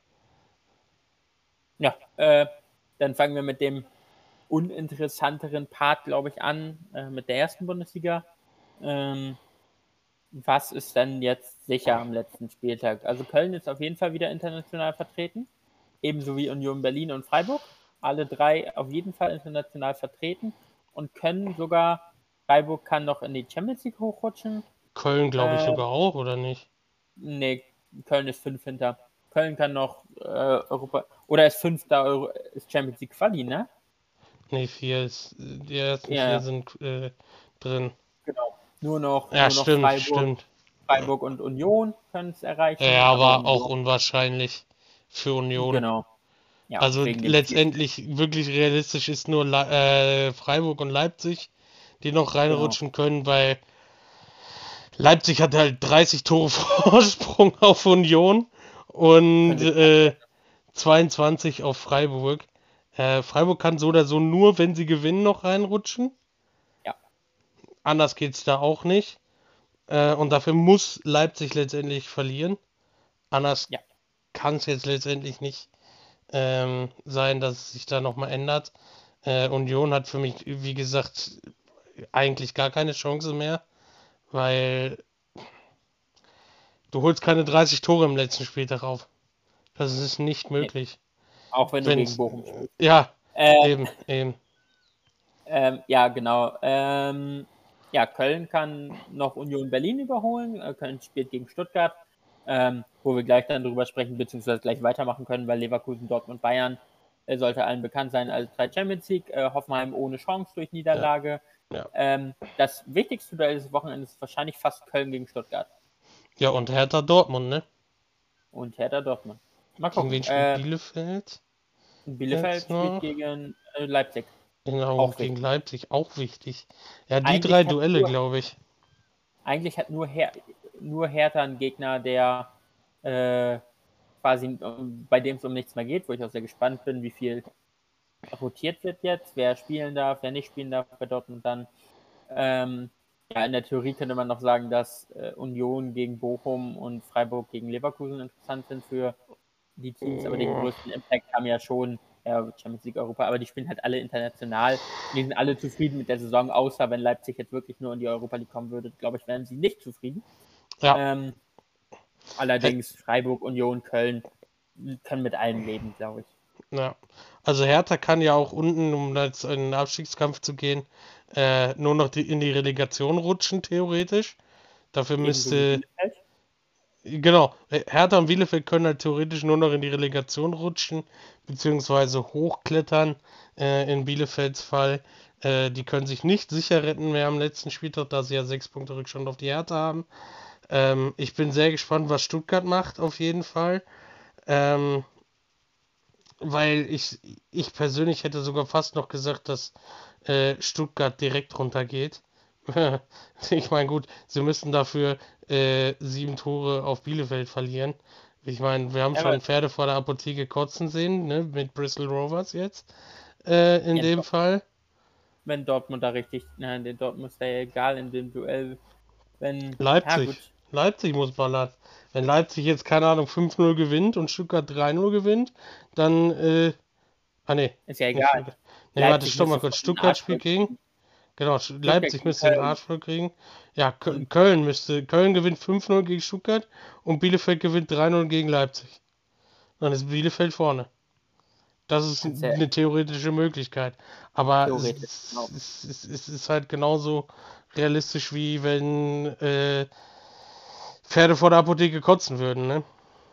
Ja, äh, dann fangen wir mit dem uninteressanteren Part, glaube ich, an, äh, mit der ersten Bundesliga. Ähm, was ist denn jetzt sicher am letzten Spieltag? Also Köln ist auf jeden Fall wieder international vertreten, ebenso wie Union Berlin und Freiburg. Alle drei auf jeden Fall international vertreten und können sogar, Freiburg kann noch in die Champions League hochrutschen. Köln, glaube ich, Äh, sogar auch, oder nicht? nee, Köln ist fünf hinter. Köln kann noch äh, Europa, oder ist fünfter Euro, ist Champions League Quali, ne? Nee, vier ist, die ersten Ja, vier ja, sind äh, drin. genau. Nur noch, Ja, nur noch stimmt, Freiburg, stimmt. Freiburg und Union können es erreichen, Ja, aber aber auch Union, unwahrscheinlich für Union. genau. Ja, Also wegen dem Ziel. letztendlich wirklich realistisch ist nur Le äh, Freiburg und Leipzig, die noch Genau. reinrutschen können, weil Leipzig hat halt dreißig Tore Vorsprung auf Union und Könnte knapp äh, werden. zweiundzwanzig auf Freiburg. Äh, Freiburg kann so oder so nur, wenn sie gewinnen, noch reinrutschen. Ja. Anders geht's da auch nicht. Äh, und dafür muss Leipzig letztendlich verlieren. Anders Ja. kann es jetzt letztendlich nicht ähm, sein, dass es sich da nochmal ändert. Äh, Union hat für mich, wie gesagt, eigentlich gar keine Chance mehr, weil du holst keine dreißig Tore im letzten Spieltag auf. Das ist nicht Nee. möglich. Auch wenn du gegen Wenn's, Bochum spielst. ja, Äh, eben, eben. ähm, ja, genau. Ähm, ja, Köln kann noch Union Berlin überholen. Äh, Köln spielt gegen Stuttgart, ähm, wo wir gleich dann drüber sprechen, beziehungsweise gleich weitermachen können, weil Leverkusen, Dortmund, Bayern äh, sollte allen bekannt sein als drei Champions League. Äh, Hoffenheim ohne Chance durch Ja, Niederlage. ja. Ähm, das wichtigste Duell des Wochenendes ist wahrscheinlich fast Köln gegen Stuttgart Ja, und Hertha Dortmund, ne? und Hertha Dortmund. Mal Gegen gucken. wen spielt Äh, Bielefeld Bielefeld jetzt spielt noch? gegen äh, Leipzig. Genau, Auch gegen wichtig. Leipzig, auch wichtig. Ja, die drei Eigentlich hat Duelle, nur, glaube ich. eigentlich hat nur, Her nur Hertha einen Gegner, der äh, quasi, ähm, bei dem es um nichts mehr geht, wo ich auch sehr gespannt bin, wie viel rotiert wird jetzt, wer spielen darf, wer nicht spielen darf bei Dortmund dann. Ähm, ja, in der Theorie könnte man noch sagen, dass äh, Union gegen Bochum und Freiburg gegen Leverkusen interessant sind für die Teams, aber den größten Impact haben ja schon ja, Champions League Europa, aber die spielen halt alle international. Die sind alle zufrieden mit der Saison, außer wenn Leipzig jetzt wirklich nur in die Europa League kommen würde, glaube ich, wären sie nicht zufrieden. Ja. Ähm, allerdings Freiburg, Union, Köln können mit allem leben, glaube ich. Ja. Also Hertha kann ja auch unten, um jetzt in den Abstiegskampf zu gehen, äh, nur noch die, in die Relegation rutschen, theoretisch. Dafür Ebenso wie müsste. Bielefeld. Genau, Hertha und Bielefeld können halt theoretisch nur noch in die Relegation rutschen, beziehungsweise hochklettern, äh, in Bielefelds Fall. Äh, die können sich nicht sicher retten mehr am letzten Spieltag, da sie ja sechs Punkte Rückstand auf die Hertha haben. Ähm, ich bin sehr gespannt, was Stuttgart macht, auf jeden Fall. Ähm, weil ich, ich persönlich hätte sogar fast noch gesagt, dass äh, Stuttgart direkt runtergeht. Ich meine, gut, sie müssten dafür äh, sieben Tore auf Bielefeld verlieren. Ich meine, wir haben Ja, schon aber Pferde vor der Apotheke kotzen sehen, ne, mit Bristol Rovers jetzt, äh, in ja, dem Fall. wenn Dortmund da richtig, nein, den Dortmund ist ja egal in dem Duell. Wenn, ja Leipzig. gut, Leipzig muss ballern. Wenn Leipzig jetzt, keine Ahnung, fünf null gewinnt und Stuttgart drei null gewinnt, dann, äh, ah ne, ist ja nicht egal. Stuttgart. Ne, warte, Leipzig stopp mal müsste kurz. vor den Stuttgart Arsch spielt voll gegen. kriegen. Genau, Sch- Stuttgart Leipzig gegen müsste den Köln. Arsch voll kriegen. Ja, Kö- Und Köln müsste. Köln gewinnt fünf null gegen Stuttgart und Bielefeld gewinnt drei null gegen Leipzig. Dann ist Bielefeld vorne. Das ist kannst ja eine theoretische Möglichkeit. Aber theoretisch, es, genau. es, es, es ist halt genauso realistisch, wie wenn äh, Pferde vor der Apotheke kotzen würden, ne?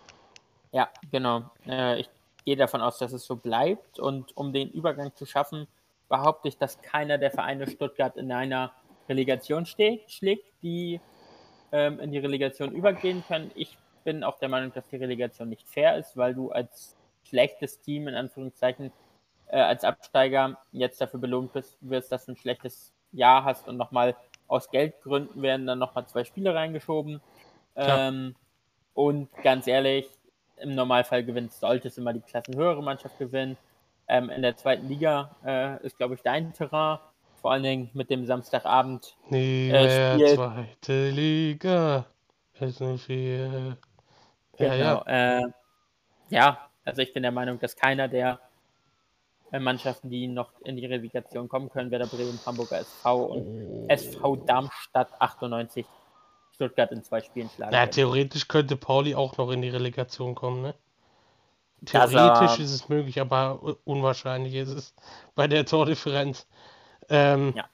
Ja, genau. Äh, ich gehe davon aus, dass es so bleibt. Und um den Übergang zu schaffen, behaupte ich, dass keiner der Vereine Stuttgart in einer Relegation ste schlägt, die ähm, in die Relegation übergehen können. Ich bin auch der Meinung, dass die Relegation nicht fair ist, weil du als schlechtes Team, in Anführungszeichen, äh, als Absteiger jetzt dafür belohnt bist, wirst, dass du ein schlechtes Jahr hast und nochmal aus Geldgründen werden dann nochmal zwei Spiele reingeschoben. Ja. Ähm, und ganz ehrlich, im Normalfall gewinnt, sollte es immer die klassenhöhere Mannschaft gewinnen. Ähm, in der zweiten Liga äh, ist, glaube ich, dein Terrain, vor allen Dingen mit dem Samstagabend Nie äh, mehr Spiel. zweite Liga. Ist nur viel. Ja, ja. Genau. Äh, ja, also ich bin der Meinung, dass keiner der äh, Mannschaften, die noch in die Relegation kommen können, Werder Bremen, Hamburger S V und S V Darmstadt achtundneunzig Stuttgart in zwei Spielen schlagen Ja, werden. theoretisch könnte Pauli auch noch in die Relegation kommen, ne? Dass Theoretisch er, ist es möglich, aber u- unwahrscheinlich ist es bei der Tordifferenz. Ähm, ja,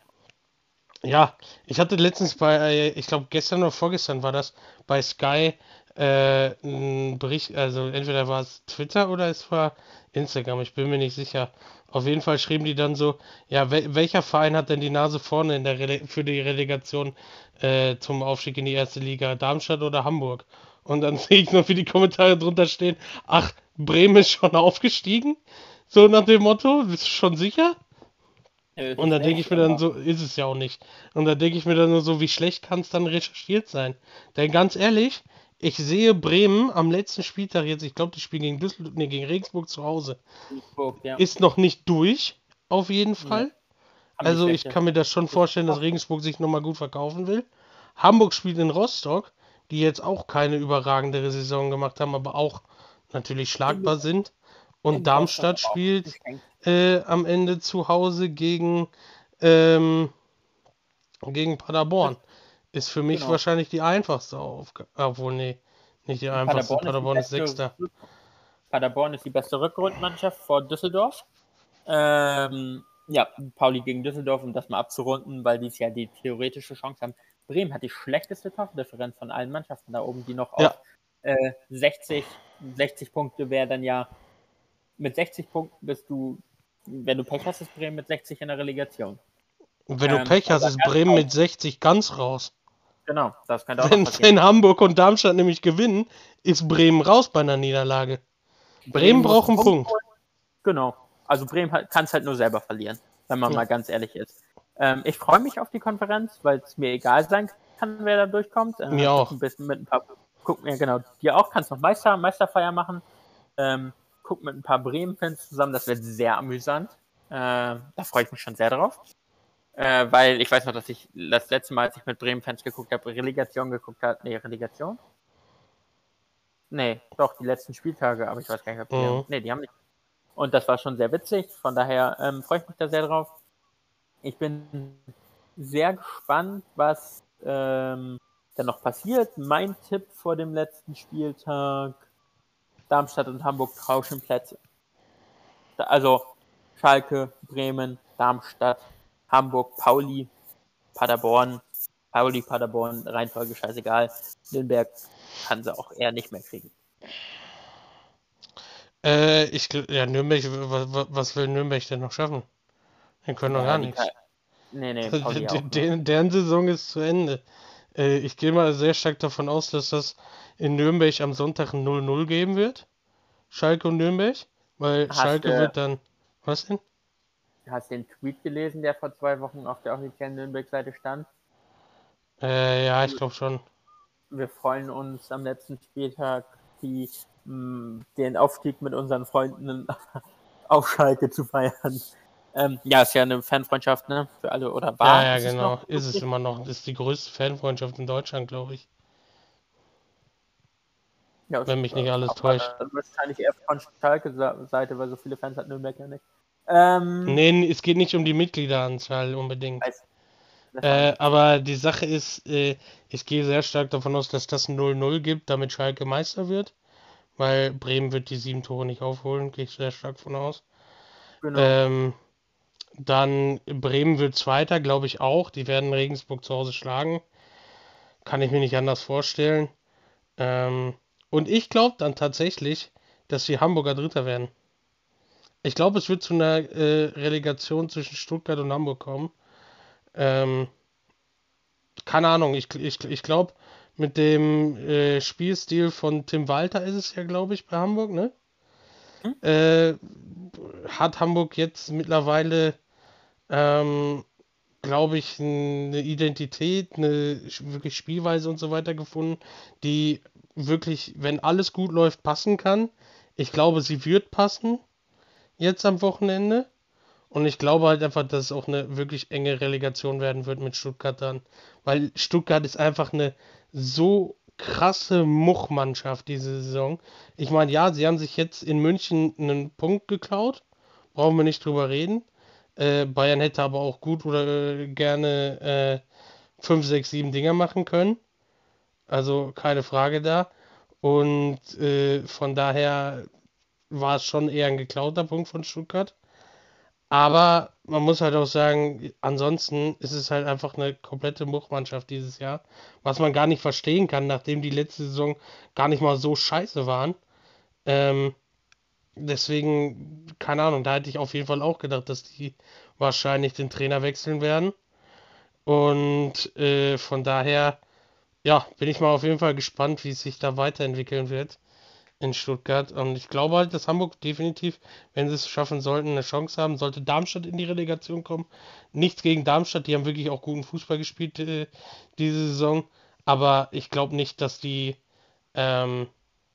ja, ich hatte letztens bei, äh, ich glaube gestern oder vorgestern war das, bei Sky äh, ein Bericht, also entweder war es Twitter oder es war Instagram, ich bin mir nicht sicher. Auf jeden Fall schrieben die dann so, ja, wel welcher Verein hat denn die Nase vorne in der Rele für die Relegation äh, zum Aufstieg in die erste Liga, Darmstadt oder Hamburg? Und dann sehe ich noch, wie die Kommentare drunter stehen, ach, Bremen ist schon aufgestiegen? So nach dem Motto, bist du schon sicher? er ist Und es da denke ich nicht, mir dann aber so, ist es ja auch nicht. Und da denke ich mir dann nur so, wie schlecht kann es dann recherchiert sein? Denn ganz ehrlich, ich sehe Bremen am letzten Spieltag jetzt, ich glaube, die spielen gegen Düsseldorf, nee, gegen Regensburg zu Hause, Duisburg, ja, ist noch nicht durch, auf jeden ne, Fall. haben die Also ich schlechte. kann mir das schon vorstellen, dass Regensburg sich nochmal gut verkaufen will. Hamburg spielt in Rostock, die jetzt auch keine überragendere Saison gemacht haben, aber auch natürlich schlagbar sind. Und In Rostock Darmstadt aber auch spielt geschenkt. äh, am Ende zu Hause gegen ähm, gegen Paderborn. Ist für mich Genau. wahrscheinlich die einfachste Aufgabe. Obwohl, nee, nicht die einfachste. Paderborn ist die Paderborn ist beste, Sechster. Paderborn ist die beste Rückrundenmannschaft vor Düsseldorf. Ähm, ja, Pauli gegen Düsseldorf, um das mal abzurunden, weil die es ja die theoretische Chance haben. Bremen hat die schlechteste Tordifferenz von allen Mannschaften da oben, die noch auf Ja, äh, sechzig, sechzig Punkte wäre dann ja, mit sechzig Punkten bist du, wenn du Pech hast, ist Bremen mit sechzig in der Relegation. und wenn du Ähm, Pech hast, aber ist ganz Bremen auch, mit sechzig ganz raus. genau, das könnte auch noch Wenn, passieren. wenn Hamburg und Darmstadt nämlich gewinnen, ist Bremen raus bei einer Niederlage. Bremen Bremen muss braucht einen einen Punkt Punkt. holen. Genau. Also Bremen kann es halt nur selber verlieren, wenn man Ja, mal ganz ehrlich ist. Ähm, ich freue mich auf die Konferenz, weil es mir egal sein kann, wer da durchkommt. Äh, mir guck auch. ein bisschen mit ein paar, guck mir genau, dir auch, kannst noch Meister, Meisterfeier machen. Ähm, guck mit ein paar Bremen-Fans zusammen, das wird sehr amüsant. Äh, da freue ich mich schon sehr drauf. Äh, weil ich weiß noch, dass ich das letzte Mal, als ich mit Bremen-Fans geguckt habe, Relegation geguckt habe, nee, Relegation? Nee, doch, die letzten Spieltage, aber ich weiß gar nicht, ob die, Mhm. nee, die haben nicht Und das war schon sehr witzig. Von daher ähm, freue ich mich da sehr drauf. Ich bin sehr gespannt, was ähm, dann noch passiert. Mein Tipp vor dem letzten Spieltag: Darmstadt und Hamburg tauschen Plätze. Also Schalke, Bremen, Darmstadt, Hamburg, Pauli, Paderborn. Pauli, Paderborn, Reihenfolge scheißegal. Nürnberg kann sie auch eher nicht mehr kriegen. Äh, ich, gl- ja, Nürnberg, was, was will Nürnberg denn noch schaffen? Die können doch Ja, gar die kann, nichts. nee, nee, Also, Pauli de- auch, ne? de- deren Saison ist zu Ende. Äh, ich gehe mal sehr stark davon aus, dass das in Nürnberg am Sonntag ein null null geben wird. Schalke und Nürnberg. Weil Hast Schalke du wird dann. Was denn? hast den Tweet gelesen, der vor zwei Wochen auf der offiziellen Nürnberg-Seite stand? Äh, ja, ich glaube schon. Wir freuen uns am letzten Spieltag, die, mh, den Aufstieg mit unseren Freunden auf Schalke zu feiern. Ähm, ja, ist ja eine Fanfreundschaft, ne? Für alle. Oder Ja, war? ja, Ist es noch genau. Ist es wirklich? immer noch. Ist die größte Fanfreundschaft in Deutschland, glaube ich. Ja, ich, Wenn mich nicht alles täuscht. aber wahrscheinlich eher von Schalke-Seite, weil so viele Fans hat Nürnberg ja nicht. Ähm, Nee, es geht nicht um die Mitgliederanzahl unbedingt. weiß, das weiß Äh, ich. aber die Sache ist, äh, ich gehe sehr stark davon aus, dass das ein null null gibt, damit Schalke Meister wird. Weil Bremen wird die sieben Tore nicht aufholen, gehe ich sehr stark von aus. Genau. Ähm, dann Bremen wird Zweiter, glaube ich auch. Die werden Regensburg zu Hause schlagen. Kann ich mir nicht anders vorstellen. Ähm, und ich glaube dann tatsächlich, dass die Hamburger Dritter werden. Ich glaube, es wird zu einer äh, Relegation zwischen Stuttgart und Hamburg kommen. Ähm, keine Ahnung, ich, ich, ich glaube, mit dem äh, Spielstil von Tim Walter ist es ja, glaube ich, bei Hamburg, ne? Hm? Äh, hat Hamburg jetzt mittlerweile, ähm, glaube ich, eine Identität, eine wirklich Spielweise und so weiter gefunden, die wirklich, wenn alles gut läuft, passen kann. Ich glaube, sie wird passen jetzt am Wochenende. Und ich glaube halt einfach, dass es auch eine wirklich enge Relegation werden wird mit Stuttgart dann. Weil Stuttgart ist einfach eine so krasse Muchmannschaft diese Saison. Ich meine, ja, sie haben sich jetzt in München einen Punkt geklaut. Brauchen wir nicht drüber reden. Äh, Bayern hätte aber auch gut oder äh, gerne äh, fünf, sechs, sieben Dinger machen können. Also keine Frage da. Und äh, von daher war es schon eher ein geklauter Punkt von Stuttgart. Aber man muss halt auch sagen, ansonsten ist es halt einfach eine komplette Muchmannschaft dieses Jahr, was man gar nicht verstehen kann, nachdem die letzte Saison gar nicht mal so scheiße waren. Ähm, deswegen, keine Ahnung, da hätte ich auf jeden Fall auch gedacht, dass die wahrscheinlich den Trainer wechseln werden. Und äh, von daher, ja, bin ich mal auf jeden Fall gespannt, wie es sich da weiterentwickeln wird in Stuttgart. Und ich glaube halt, dass Hamburg definitiv, wenn sie es schaffen sollten, eine Chance haben. Sollte Darmstadt in die Relegation kommen. Nichts gegen Darmstadt, die haben wirklich auch guten Fußball gespielt äh, diese Saison. Aber ich glaube nicht, dass die ähm,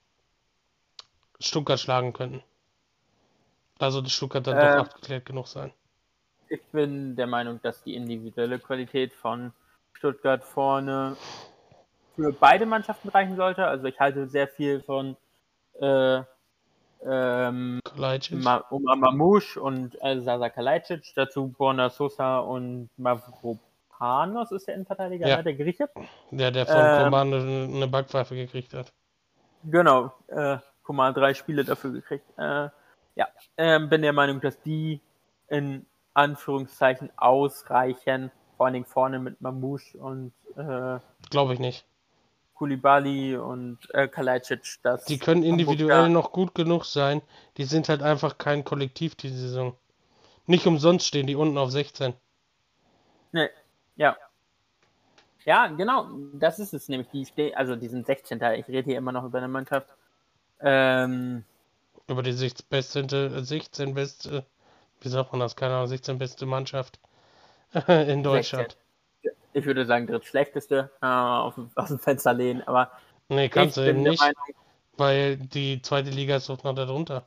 Stuttgart schlagen könnten. Also die Stuttgart dann doch Ähm, abgeklärt genug sein. ich bin der Meinung, dass die individuelle Qualität von Stuttgart vorne für beide Mannschaften reichen sollte. Also ich halte sehr viel von äh, ähm, Kalajdzic? Ma Omar Mamouche und äh, Sasa Kalajdzic, dazu Borna Sosa und Mavropanos ist der Innenverteidiger, Ja, ne, der Grieche. der, der von Ähm, Coman eine, eine Backpfeife gekriegt hat. genau, äh, Coman drei Spiele dafür gekriegt. Äh, ja, ähm, bin der Meinung, dass die in Anführungszeichen ausreichen, vor allen Dingen vorne mit Mamouche und äh, Glaube ich nicht. Koulibaly und äh, Kalajdzic, Die dass können Hamburg individuell da. noch gut genug sein. Die sind halt einfach kein Kollektiv diese Saison. Nicht umsonst stehen die unten auf sechzehn. Ne, ja. Ja, genau, das ist es nämlich. Die ste also die sind sechzehnter. Ich rede hier immer noch über eine Mannschaft. Ähm, Über die sechzehn beste, sechzehn beste, wie sagt man das? Keine Ahnung, sechzehn beste Mannschaft in sechzehn. Deutschland. Ich würde sagen, drittschlechteste äh, auf, aus dem Fenster lehnen, aber Nee, kannst du ich eben bin der nicht, Meinung, weil die zweite Liga ist doch noch darunter.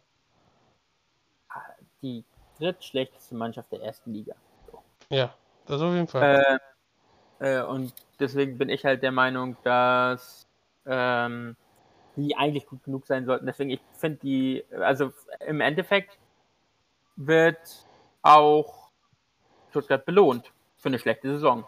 die drittschlechteste Mannschaft der ersten Liga. So. Ja, das auf jeden Fall. Äh, äh, und deswegen bin ich halt der Meinung, dass ähm, die eigentlich gut genug sein sollten. Deswegen, ich finde die, also im Endeffekt wird auch Stuttgart belohnt für eine schlechte Saison.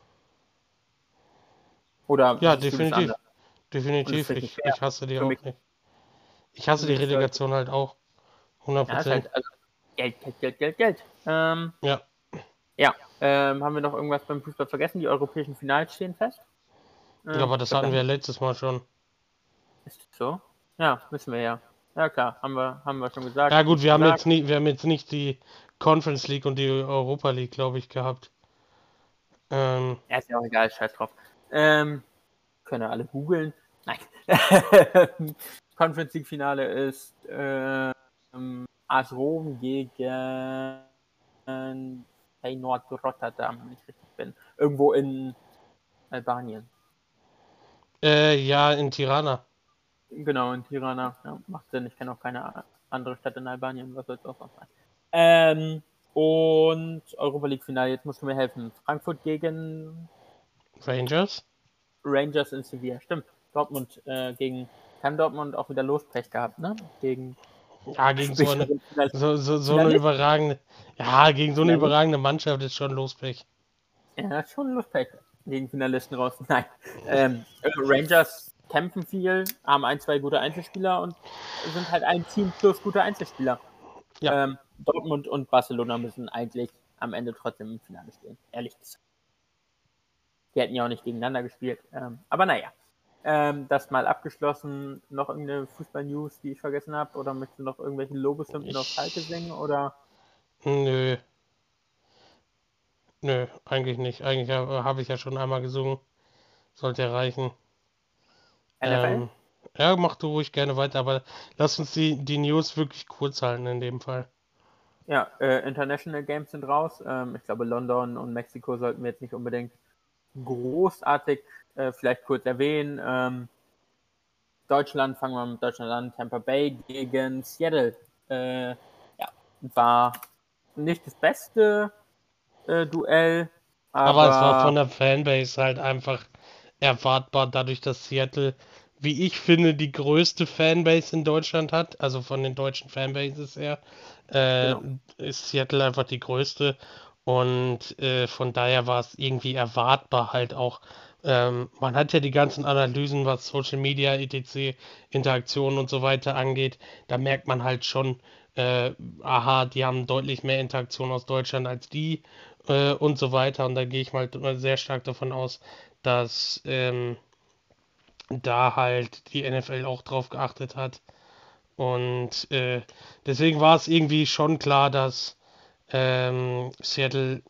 Oder Ja, siehst du das definitiv. anders? Und das Definitiv. finde ich nicht Ich, fair. ich hasse die Für auch mich, nicht. Ich für hasse die mich sollte, Relegation halt auch. hundert ja, ist Prozent. halt, also Geld, Geld, Geld, Geld, Geld. Ähm, Ja. ja, ähm, haben wir noch irgendwas beim Fußball vergessen? Die europäischen Finals stehen fest. Ja, Ähm, aber ich das glaub, hatten wir haben- letztes Mal schon. Ist das so? Ja, wissen wir ja. Ja, klar, haben wir, haben wir schon gesagt. Ja gut, Gut wir haben gesagt. jetzt nicht, wir haben jetzt nicht die Conference League und die Europa League, glaube ich, gehabt. Ähm, Ja, ist ja auch egal, scheiß drauf. Ähm, können ja alle googeln. Nein. Conference League Finale ist ähm, A S Rom gegen Feyenoord Rotterdam, wenn ich richtig bin. Irgendwo in Albanien. äh, ja, in Tirana. Genau, in Tirana. Ja, macht Sinn, ich kenne auch keine andere Stadt in Albanien, was soll es auch sein. Ähm, und Europa League Finale, jetzt musst du mir helfen. Frankfurt gegen Rangers? Rangers in Sevilla. Stimmt. Dortmund äh, gegen. Kann Dortmund auch wieder Lospech gehabt, ne? Gegen Ja, gegen so eine, späteren Final so, so, so eine Finalist. überragende, ja, gegen so eine Finalist. überragende Mannschaft ist schon Lospech. Ja, schon Lospech. Gegen Finalisten raus. Nein. Ähm, Rangers kämpfen viel, haben ein, zwei gute Einzelspieler und sind halt ein Team plus gute Einzelspieler. Ja, Ähm, Dortmund und Barcelona müssen eigentlich am Ende trotzdem im Finale stehen. Ehrlich gesagt. Die hätten ja auch nicht gegeneinander gespielt. Ähm, aber naja. Ähm, das mal abgeschlossen. Noch irgendeine Fußball-News, die ich vergessen habe? Oder möchtest du noch irgendwelche Lobeshymnen auf Schalke singen? ich, Oder nö, nö, eigentlich nicht. Eigentlich habe hab ich ja schon einmal gesungen. Sollte ja reichen. N F L? Ähm, ja, mach du ruhig gerne weiter, aber lass uns die, die News wirklich kurz halten in dem Fall. Ja, äh, International Games sind raus. Ähm, ich glaube, London und Mexiko sollten wir jetzt nicht unbedingt großartig äh, vielleicht kurz erwähnen. Ähm, Deutschland, fangen wir mit Deutschland an. Tampa Bay gegen Seattle. Äh, ja, war nicht das beste äh, Duell, Aber es war aber von der Fanbase halt einfach erwartbar, dadurch, dass Seattle, wie ich finde, die größte Fanbase in Deutschland hat, also von den deutschen Fanbases her, äh, genau. ist Seattle einfach die größte und äh, von daher war es irgendwie erwartbar halt auch. Ähm, man hat ja die ganzen Analysen, was Social Media, et cetera, Interaktionen und so weiter angeht, da merkt man halt schon, äh, aha, die haben deutlich mehr Interaktion aus Deutschland als die äh, und so weiter. Und da gehe ich mal sehr stark davon aus, dass ähm, da halt die N F L auch drauf geachtet hat. Und äh, deswegen war es irgendwie schon klar, dass ähm, Seattle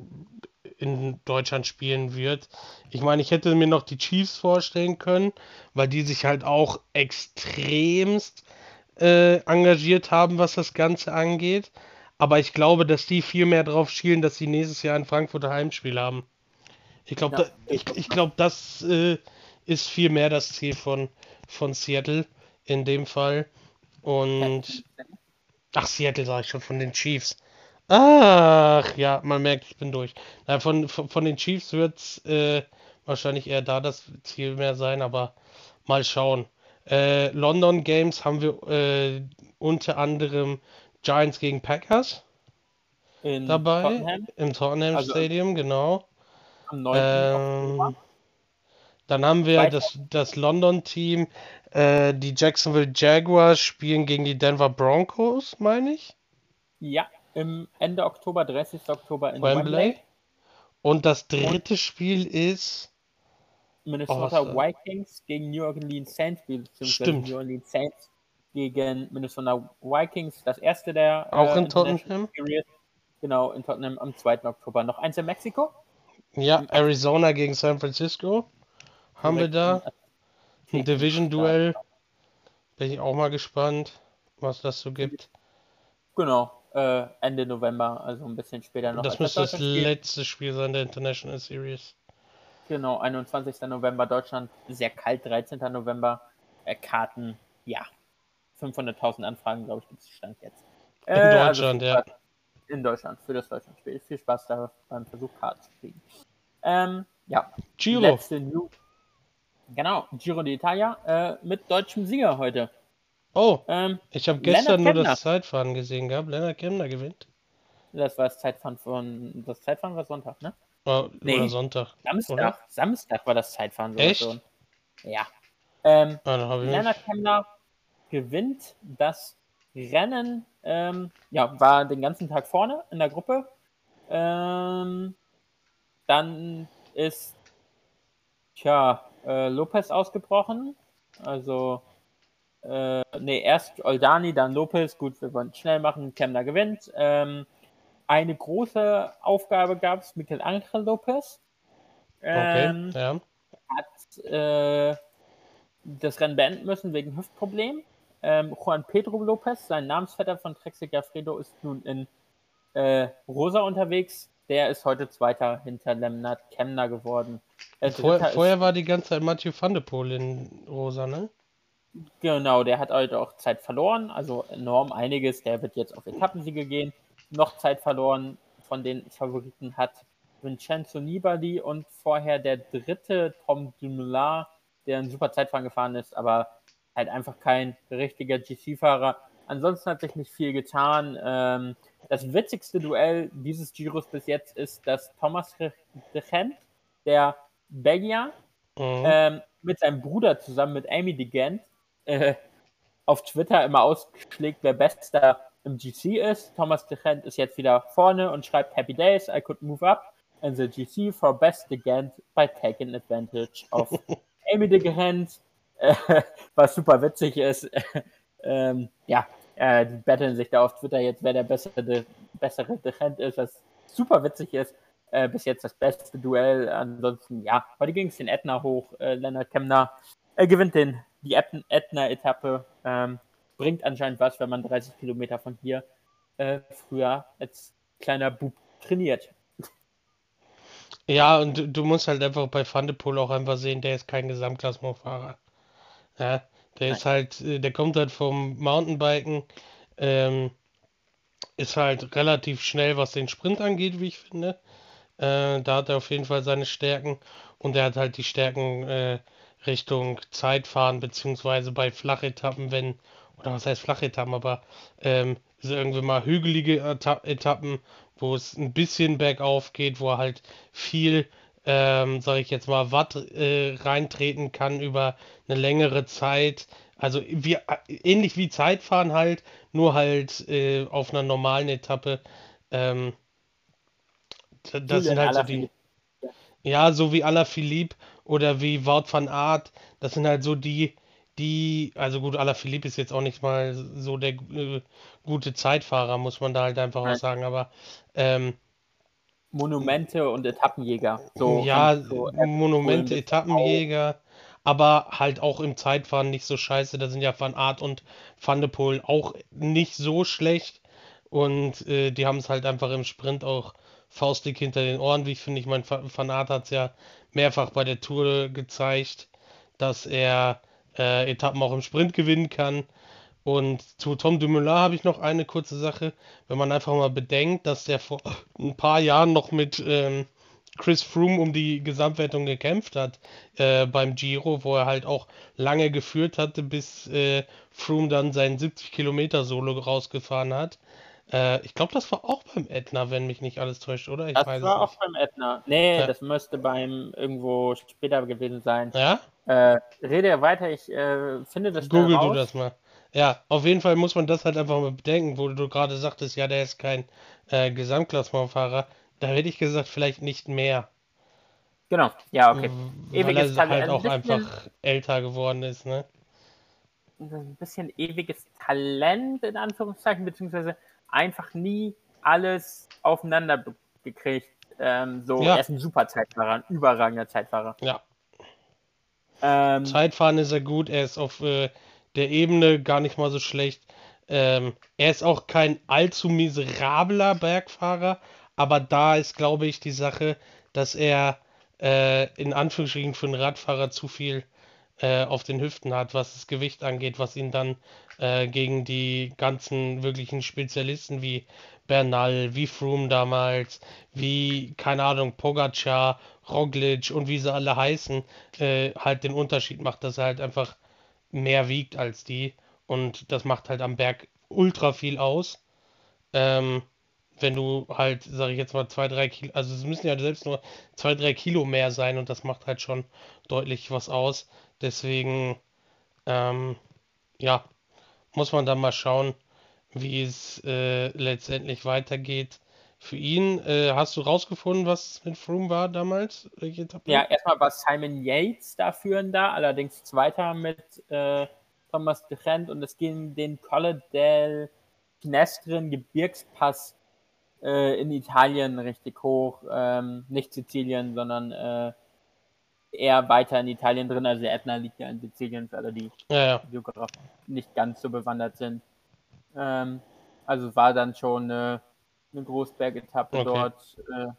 in Deutschland spielen wird. Ich meine, ich hätte mir noch die Chiefs vorstellen können, weil die sich halt auch extremst äh, engagiert haben, was das Ganze angeht. Aber ich glaube, dass die viel mehr drauf schielen, dass sie nächstes Jahr ein Frankfurter Heimspiel haben. Ich glaube, Ja, da, ich, ich glaube, das äh, ist viel mehr das Ziel von, von Seattle in dem Fall. Und ach, Seattle sage ich schon, von den Chiefs. Ach, ja, man merkt, ich bin durch. Na, von, von, von den Chiefs wird es äh, wahrscheinlich eher da das Ziel mehr sein, aber mal schauen. Äh, London Games haben wir äh, unter anderem Giants gegen Packers in dabei, Tottenham, im Tottenham also Stadium, genau. am neunten Oktober. Ähm, Dann haben wir Zweiter, das, das London-Team, äh, die Jacksonville Jaguars spielen gegen die Denver Broncos, meine ich. ja, im Ende Oktober, dreißigsten Oktober in Wembley. Wembley. Und das Und dritte Spiel ist. Oh, was Minnesota da? Vikings gegen New Orleans Saints, beziehungsweise New Stimmt. Orleans Saints gegen Minnesota Vikings, das erste der Auch äh, in International Tottenham. Series. Genau, in Tottenham am zweiten Oktober. Noch eins in Mexiko? Ja, Im Aztec Arizona gegen San Francisco haben wir direkt im da. Ein Aztekenstadion. Division-Duell. Bin ich auch mal gespannt, was das so gibt. Genau, äh, Ende November, also ein bisschen später noch Das als das müsste das Deutschlandspiel. letzte Spiel sein der International Series. Genau, einundzwanzigsten November Deutschland, sehr kalt, dreizehnten November. Äh, Karten, ja, fünfhunderttausend Anfragen, glaube ich, gibt es Stand jetzt. Äh, In also viel Deutschland, ja. Spaß in Deutschland für das Deutschlandspiel. Viel Spaß da beim Versuch, Karten zu kriegen. Ähm, ja, Giro. letzte News. Genau, Giro d'Italia äh, mit deutschem Sieger heute. Oh, Ähm, ich habe Lennart gestern nur Kemner. das Zeitfahren gesehen gehabt. Lennart Kemner gewinnt. Das war das Zeitfahren von. Das Zeitfahren war Sonntag, ne? Oh, oder Nee, Sonntag, oder? Samstag. Samstag war das Zeitfahren sogar Echt? schon. Ja. Ähm, Ah, da habe ich Lennart mich. Kemner gewinnt das Rennen, ähm, ja, war den ganzen Tag vorne in der Gruppe. Ähm, dann ist, tja, äh, Lopez ausgebrochen. Also, äh, nee, erst Oldani, dann Lopez. Gut, wir wollen es schnell machen. Kemner gewinnt. Ähm, eine große Aufgabe gab es, Miguel Angel Lopez. Okay, Ähm, ja. hat äh, das Rennen beenden müssen wegen Hüftproblem. Ähm, Juan Pedro Lopez, sein Namensvetter von Trek Segafredo, ist nun in äh, Rosa unterwegs. Der ist heute Zweiter hinter Lennart Kemner geworden. Äh, Vor, Dritter ist, vorher war die ganze Zeit Mathieu van de Poel in Rosa, ne? genau, der hat heute auch Zeit verloren, also enorm einiges. Der wird jetzt auf Etappensiege gehen. Noch Zeit verloren von den Favoriten hat Vincenzo Nibali und vorher der dritte Tom Dumoulin, der ein super Zeitfahren gefahren ist, aber halt einfach kein richtiger G C-Fahrer. Ansonsten hat sich nicht viel getan. Ähm, das witzigste Duell dieses Giros bis jetzt ist, dass Thomas de Gent, der Belgier, Mhm. ähm, mit seinem Bruder zusammen mit Amy de Gent äh, auf Twitter immer ausschlägt, wer Bester im G C ist. Thomas de Gent ist jetzt wieder vorne und schreibt Happy Days, I could move up in the G C for best de Gent by taking advantage of Amy de Gent, äh, was super witzig ist. ähm, ja, äh, die betteln sich da auf Twitter jetzt, wer der bessere, de, bessere de Gent ist, was super witzig ist. Äh, bis jetzt das beste Duell. Ansonsten, ja, heute ging es den Ätna hoch. Äh, Lennart Kemner äh, gewinnt den, die Ätna-Etappe. Ähm, bringt anscheinend was, wenn man dreißig Kilometer von hier äh, früher als kleiner Bub trainiert. Ja, und du, du musst halt einfach bei Van de Poel auch einfach sehen, der ist kein Gesamtklassementfahrer. Ja, der Nein. ist halt, äh, der kommt halt vom Mountainbiken, ähm, ist halt relativ schnell, was den Sprint angeht, wie ich finde. Äh, da hat er auf jeden Fall seine Stärken und er hat halt die Stärken äh, Richtung Zeitfahren, beziehungsweise bei Flachetappen, wenn, oder was heißt Flachetappen, aber ähm, so irgendwie mal hügelige Eta Etappen, wo es ein bisschen bergauf geht, wo er halt viel, ähm, sage ich jetzt mal, Watt äh, reintreten kann über eine längere Zeit. Also wie, ähnlich wie Zeitfahren halt, nur halt äh, auf einer normalen Etappe. Ähm, d- das sind Julian halt so die, Alaphilippe. Ja. ja, so wie Alaphilippe oder wie Wout van Aert, das sind halt so die, die, also gut, Alaphilippe ist jetzt auch nicht mal so der äh, gute Zeitfahrer, muss man da halt einfach auch Nein. sagen, aber ähm, Monumente und Etappenjäger. So kannst ja, du Evenpool ein Monumente, bisschen auch. Etappenjäger, aber halt auch im Zeitfahren nicht so scheiße, da sind ja Van Aert und Van de Poel auch nicht so schlecht und äh, die haben es halt einfach im Sprint auch faustdick hinter den Ohren, wie ich finde. Ich meine, Van Aert hat es ja mehrfach bei der Tour gezeigt, dass er äh, Etappen auch im Sprint gewinnen kann. Und zu Tom Dumoulin habe ich noch eine kurze Sache. Wenn man einfach mal bedenkt, dass der vor ein paar Jahren noch mit ähm, Chris Froome um die Gesamtwertung gekämpft hat äh, beim Giro, wo er halt auch lange geführt hatte, bis äh, Froome dann sein siebzig Kilometer Solo rausgefahren hat. Äh, ich glaube, das war auch beim Ätna, wenn mich nicht alles täuscht, oder? Ich Das weiß es war auch nicht. beim Ätna. Nee, Ja, das müsste beim irgendwo später gewesen sein. ja? Äh, rede weiter, ich äh, finde das schnell Google du das raus. mal. Ja, auf jeden Fall muss man das halt einfach mal bedenken, wo du gerade sagtest, ja, der ist kein äh, Gesamtklassementfahrer. Da hätte ich gesagt, vielleicht nicht mehr, Genau, ja, okay. w- weil Ewiges er Talent, halt ein auch bisschen, einfach älter geworden ist, ne? ein bisschen ewiges Talent in Anführungszeichen, beziehungsweise einfach nie alles aufeinander gekriegt. Ähm, so, er Ja, ist ein super Zeitfahrer, ein überragender Zeitfahrer. ja. Ähm, Zeitfahren ist er gut, er ist auf äh, der Ebene gar nicht mal so schlecht. Ähm, er ist auch kein allzu miserabler Bergfahrer, aber da ist, glaube ich, die Sache, dass er äh, in Anführungsstrichen für einen Radfahrer zu viel äh, auf den Hüften hat, was das Gewicht angeht, was ihn dann äh, gegen die ganzen wirklichen Spezialisten wie Bernal, wie Froome damals, wie, keine Ahnung, Pogacar, Roglic und wie sie alle heißen, äh, halt den Unterschied macht, dass er halt einfach mehr wiegt als die. Und das macht halt am Berg ultra viel aus. Ähm, wenn du halt, sag ich jetzt mal, zwei, drei Kilo, also es müssen ja selbst nur zwei, drei Kilo mehr sein und das macht halt schon deutlich was aus. Deswegen, ähm, ja, muss man dann mal schauen, wie es äh, letztendlich weitergeht. Für ihn, äh, hast du rausgefunden, was mit Froome war damals? Welche Ja, Etappe? erstmal war Simon Yates da führender, allerdings Zweiter mit äh, Thomas de Gendt und es ging den Colle del Finestrin Gebirgspass äh, in Italien richtig hoch. Ähm, nicht Sizilien, sondern äh, eher weiter in Italien drin. Also der Ätna liegt ja in Sizilien, für alle, die Ja, ja, Geografie nicht ganz so bewandert sind. Ähm, also war dann schon eine, eine Großbergetappe okay. dort. Äh,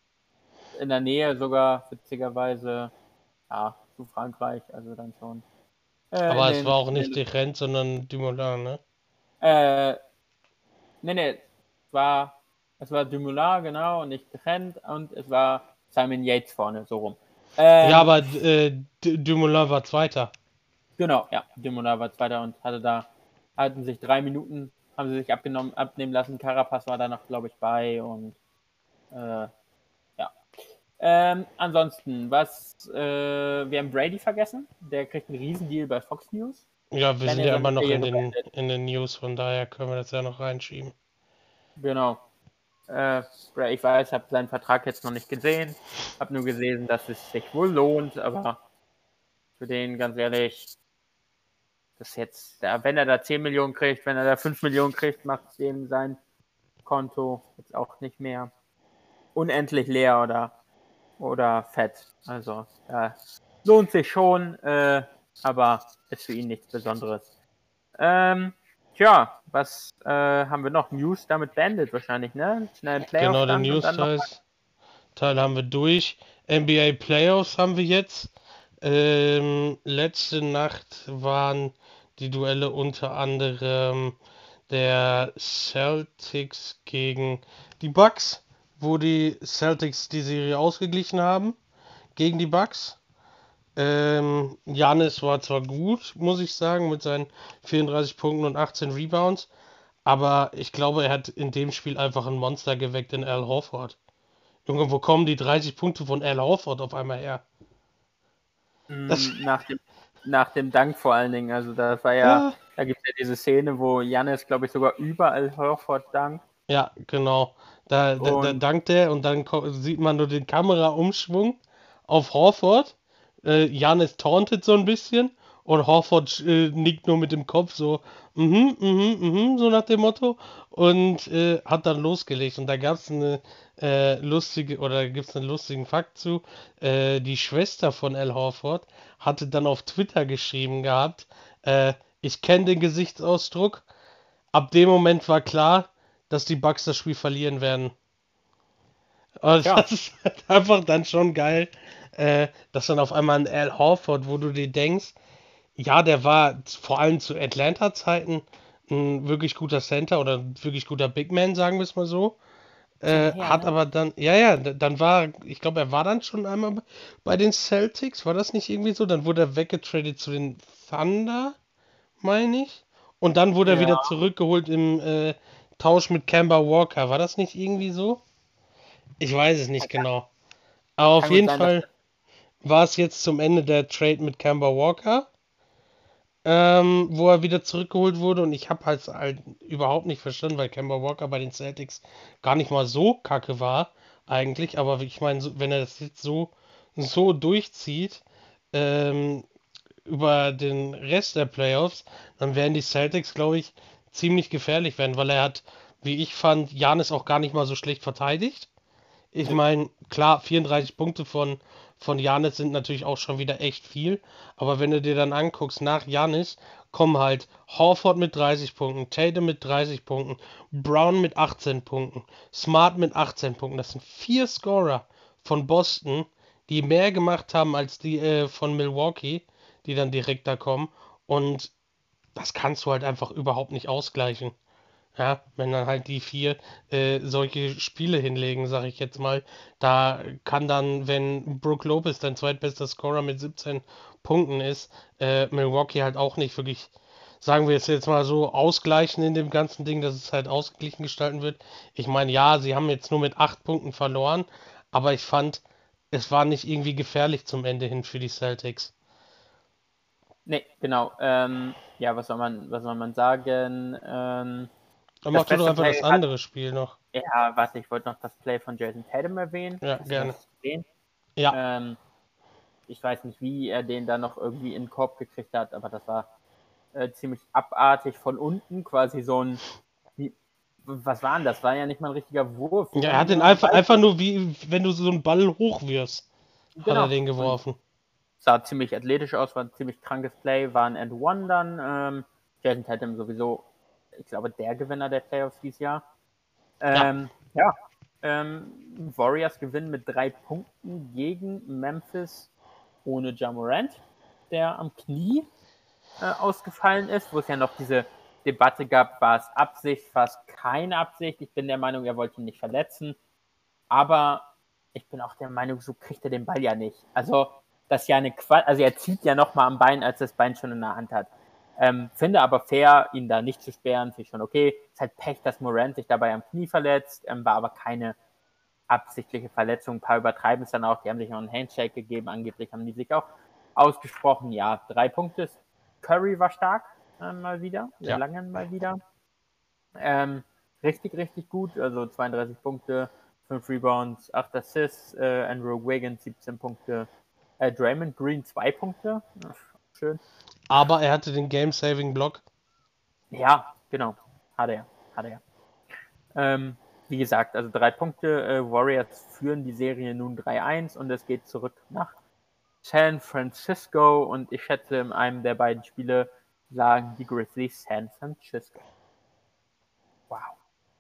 in der Nähe sogar, witzigerweise, ja, zu Frankreich, also dann schon. Äh, in Aber es war den, auch in nicht den Dirent, sondern Dumoulin, ne? äh, nee, nee, es war, es war Dumoulin, genau, und nicht getrennt, und es war Simon Yates vorne, so rum. Ja, Ähm, aber äh, D- Dumoulin war Zweiter. genau, ja, Dumoulin war Zweiter und hatte da, hatten sich drei Minuten, haben sie sich abgenommen, abnehmen lassen. Carapaz war da noch, glaube ich, bei und äh, ja. Ähm, ansonsten, was, äh, wir haben Brady vergessen. Der kriegt einen Riesendeal bei Fox News, Ja, wir wenn sind er ja seine immer noch in Karriere den, beendet. in den News, von daher können wir das ja noch reinschieben. Genau. Äh, ich weiß, habe seinen Vertrag jetzt noch nicht gesehen, habe nur gesehen, dass es sich wohl lohnt, aber für den, ganz ehrlich, das jetzt, ja, wenn er da zehn Millionen kriegt, wenn er da fünf Millionen kriegt, macht dem sein Konto jetzt auch nicht mehr unendlich leer oder, oder fett. Also, ja, lohnt sich schon, äh, aber ist für ihn nichts Besonderes. Ähm, tja, was äh, haben wir noch? News damit beendet wahrscheinlich, ne? Schnell einen Genau, den Playoff-Stand und dann noch. News-Teil Teil haben wir durch. N B A Playoffs haben wir jetzt. Ähm, letzte Nacht waren die Duelle unter anderem der Celtics gegen die Bucks, wo die Celtics die Serie ausgeglichen haben gegen die Bucks. Ähm, Giannis war zwar gut, muss ich sagen, mit seinen vierunddreißig Punkten und achtzehn Rebounds, aber ich glaube, er hat in dem Spiel einfach ein Monster geweckt in Al Horford. Junge, wo kommen die dreißig Punkte von Al Horford auf einmal her? Das, Mm, Nach dem, nach dem Dank vor allen Dingen. Also da war ja, ja, da gibt es ja diese Szene, wo Jannis, glaube ich, sogar überall Horford dankt. ja, genau. Da, da, da Und dankt er und dann ko- sieht man nur den Kameraumschwung auf Horford. Äh, Giannis tauntet so ein bisschen und Horford äh, nickt nur mit dem Kopf so, mhm, mhm, mhm, so nach dem Motto und äh, hat dann losgelegt. Und da gab es eine äh, lustige, oder gibt es einen lustigen Fakt zu. Äh, die Schwester von Al Horford hatte dann auf Twitter geschrieben gehabt, äh, ich kenne den Gesichtsausdruck. Ab dem Moment war klar, dass die Bucks das Spiel verlieren werden. Und ja, das ist halt einfach dann schon geil, äh, dass dann auf einmal ein Al Horford, wo du dir denkst, ja, der war vor allem zu Atlanta-Zeiten ein wirklich guter Center oder ein wirklich guter Big Man, sagen wir es mal so. ist lange Äh, her, hat ne? aber dann, ja, ja, d- dann war, ich glaube, er war dann schon einmal bei bei den Celtics, war das nicht irgendwie so? Dann wurde er weggetradet zu den Thunder, meine ich. Und dann wurde er Ja, wieder zurückgeholt im äh, Tausch mit Kemba Walker. War das nicht irgendwie so? Ich weiß es nicht genau. Aber auf kann gut jeden sein, dass Fall war es jetzt zum Ende der Trade mit Kemba Walker, ähm, wo er wieder zurückgeholt wurde. Und ich habe halt, halt überhaupt nicht verstanden, weil Kemba Walker bei den Celtics gar nicht mal so kacke war, eigentlich. Aber ich meine, so, wenn er das jetzt so, so durchzieht, ähm, über den Rest der Playoffs, dann werden die Celtics, glaube ich, ziemlich gefährlich werden, weil er hat, wie ich fand, Janis auch gar nicht mal so schlecht verteidigt. Ich nö. meine, klar, vierunddreißig Punkte von, von Giannis sind natürlich auch schon wieder echt viel, aber wenn du dir dann anguckst, nach Giannis kommen halt Horford mit dreißig Punkten, Tatum mit dreißig Punkten, Brown mit achtzehn Punkten, Smart mit achtzehn Punkten. Das sind vier Scorer von Boston, die mehr gemacht haben als die äh, von Milwaukee, die dann direkt da kommen. Und das kannst du halt einfach überhaupt nicht ausgleichen. Ja, wenn dann halt die vier äh, solche Spiele hinlegen, sag ich jetzt mal, da kann dann, wenn Brook Lopez dein zweitbester Scorer mit siebzehn Punkten ist, äh, Milwaukee halt auch nicht wirklich sagen wir es jetzt mal so, ausgleichen in dem ganzen Ding, dass es halt ausgeglichen gestalten wird. Ich meine, ja, sie haben jetzt nur mit acht Punkten verloren, aber ich fand, es war nicht irgendwie gefährlich zum Ende hin für die Celtics. Nee, genau. Ähm, ja, was soll man, was soll man sagen? Ähm, Dann das mach du doch beste einfach Play das hat, andere Spiel noch. ja, warte, ich wollte noch das Play von Jason Tatum erwähnen. Ja, Ich weiß nicht, gerne. hast du gesehen? Ja, Ähm, ich weiß nicht, wie er den da noch irgendwie in den Korb gekriegt hat, aber das war äh, ziemlich abartig von unten, quasi so ein, wie, was war denn das? War ja nicht mal ein richtiger Wurf, ja, er irgendwie hat den nur ein einfach, Ball. einfach nur wie, wenn du so einen Ball hochwirfst, hat er Genau. den Und geworfen. sah ziemlich athletisch aus, war ein ziemlich krankes Play, war ein End One dann. Ähm, Jason Tatum sowieso, ich glaube, der Gewinner der Playoffs dieses Jahr. Ja, Ähm, ja, ähm, Warriors gewinnen mit drei Punkten gegen Memphis ohne Ja Morant, der am Knie äh, ausgefallen ist, wo es ja noch diese Debatte gab, war es Absicht, war es keine Absicht. Ich bin der Meinung, er wollte ihn nicht verletzen. Aber ich bin auch der Meinung, so kriegt er den Ball ja nicht. Also, das ist ja eine Qual also er zieht ja nochmal am Bein, als das Bein schon in der Hand hat. Ähm, finde aber fair, ihn da nicht zu sperren, finde ich schon okay. Ist halt Pech, dass Morant sich dabei am Knie verletzt, ähm, war aber keine absichtliche Verletzung. Ein paar übertreiben es dann auch, die haben sich noch einen Handshake gegeben, angeblich haben die sich auch ausgesprochen. Ja, drei Punkte. Curry war stark, äh, mal wieder, sehr ja. lange mal wieder. Ähm, richtig, richtig gut. Also zweiunddreißig Punkte, fünf Rebounds, acht Assists, äh, Andrew Wiggins siebzehn Punkte, äh, Draymond Green zwei Punkte. Ach, schön. Aber er hatte den Game-Saving-Block. Ja, genau. Hat er. Hat er. Ähm, wie gesagt, also drei Punkte. Äh, Warriors führen die Serie nun drei eins und es geht zurück nach San Francisco und ich schätze, in einem der beiden Spiele sagen die Grizzlies San Francisco. Wow.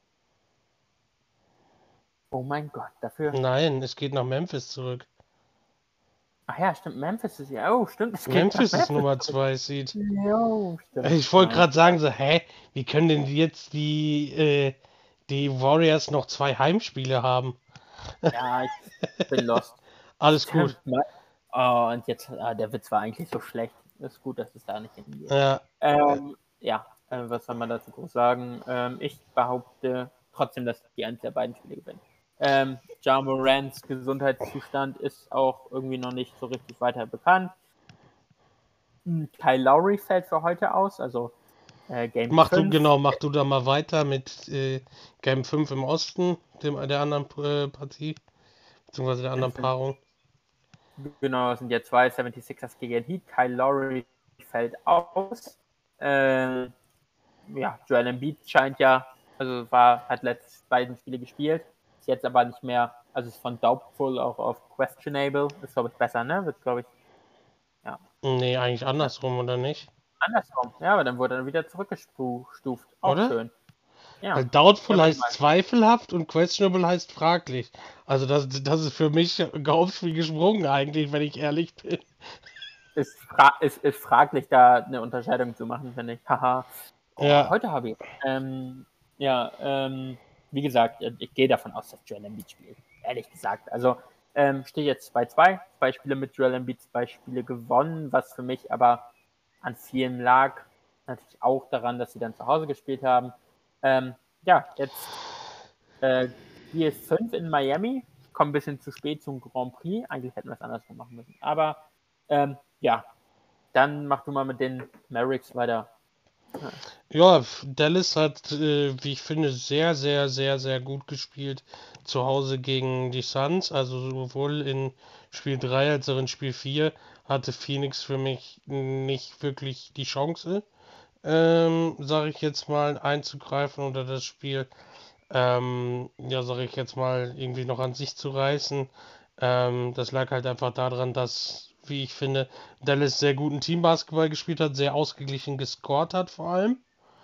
Oh mein Gott, dafür. Nein, es geht nach Memphis zurück. Ach ja, stimmt, Memphis ist ja. Oh, stimmt, es geht nach Memphis ist Memphis Nummer zurück. zwei Seed. Jo, stimmt. Ich wollte Nein. gerade sagen, so, hä, wie können denn jetzt die, äh, die Warriors noch zwei Heimspiele haben? Ja, ich bin lost. Alles Stimmt. gut. Oh, und jetzt, ah, der Witz war eigentlich so schlecht. Ist gut, dass es da nicht hingeht. Ja, Ähm, ja, äh, was soll man dazu groß sagen? Ähm, ich behaupte trotzdem, dass die eins der beiden Spiele gewinnen. Ähm, Ja Morants Gesundheitszustand ist auch irgendwie noch nicht so richtig weiter bekannt. Hm, Kyle Lowry fällt für heute aus, also äh, Game mach du, fünf. genau, mach du da mal weiter mit äh, Game fünf im Osten, dem, der anderen äh, Partie, beziehungsweise der anderen Das sind, Paarung. genau, das sind ja zwei seventy-sixers gegen Heat. Kyle Lowry fällt aus. Äh, ja, Joel Embiid scheint ja, also war, hat letzte beiden Spiele gespielt, ist jetzt aber nicht mehr, also ist von doubtful auch auf questionable, ist glaube ich besser, ne? Wird glaube ich, ja, Nee, eigentlich andersrum, oder nicht? andersrum. Ja, aber dann wurde er wieder zurückgestuft. Auch Oder? schön. Weil Ja. Ja, doubtful warte heißt mal. zweifelhaft und questionable heißt fraglich. Also das, das ist für mich gehopst wie gesprungen eigentlich, wenn ich ehrlich bin. Ist, fra ist, ist fraglich, da eine Unterscheidung zu machen, finde ich. Haha. Oh, Ja, heute habe ich. Ähm, ja, ähm, wie gesagt, äh, ich gehe davon aus, dass Joel Embiid spielt. Ehrlich gesagt. Also ähm, stehe jetzt zwei zwei. Zwei Spiele mit Joel Embiid, zwei Spiele gewonnen, was für mich aber an vielen lag. Natürlich auch daran, dass sie dann zu Hause gespielt haben. Ähm, ja, jetzt äh, G fünf in Miami. Ich komme ein bisschen zu spät zum Grand Prix. Eigentlich hätten wir es andersrum machen müssen. Aber ähm, ja, dann mach du mal mit den Mavericks weiter. Ja. ja, Dallas hat, äh, wie ich finde, sehr, sehr, sehr, sehr gut gespielt zu Hause gegen die Suns. Also sowohl in Spiel drei als auch in Spiel vier hatte Phoenix für mich nicht wirklich die Chance, ähm, sage ich jetzt mal, einzugreifen oder das Spiel, ähm, ja, sage ich jetzt mal, irgendwie noch an sich zu reißen. Ähm, das lag halt einfach daran, dass, wie ich finde, Dallas sehr guten Teambasketball gespielt hat, sehr ausgeglichen gescored hat vor allem.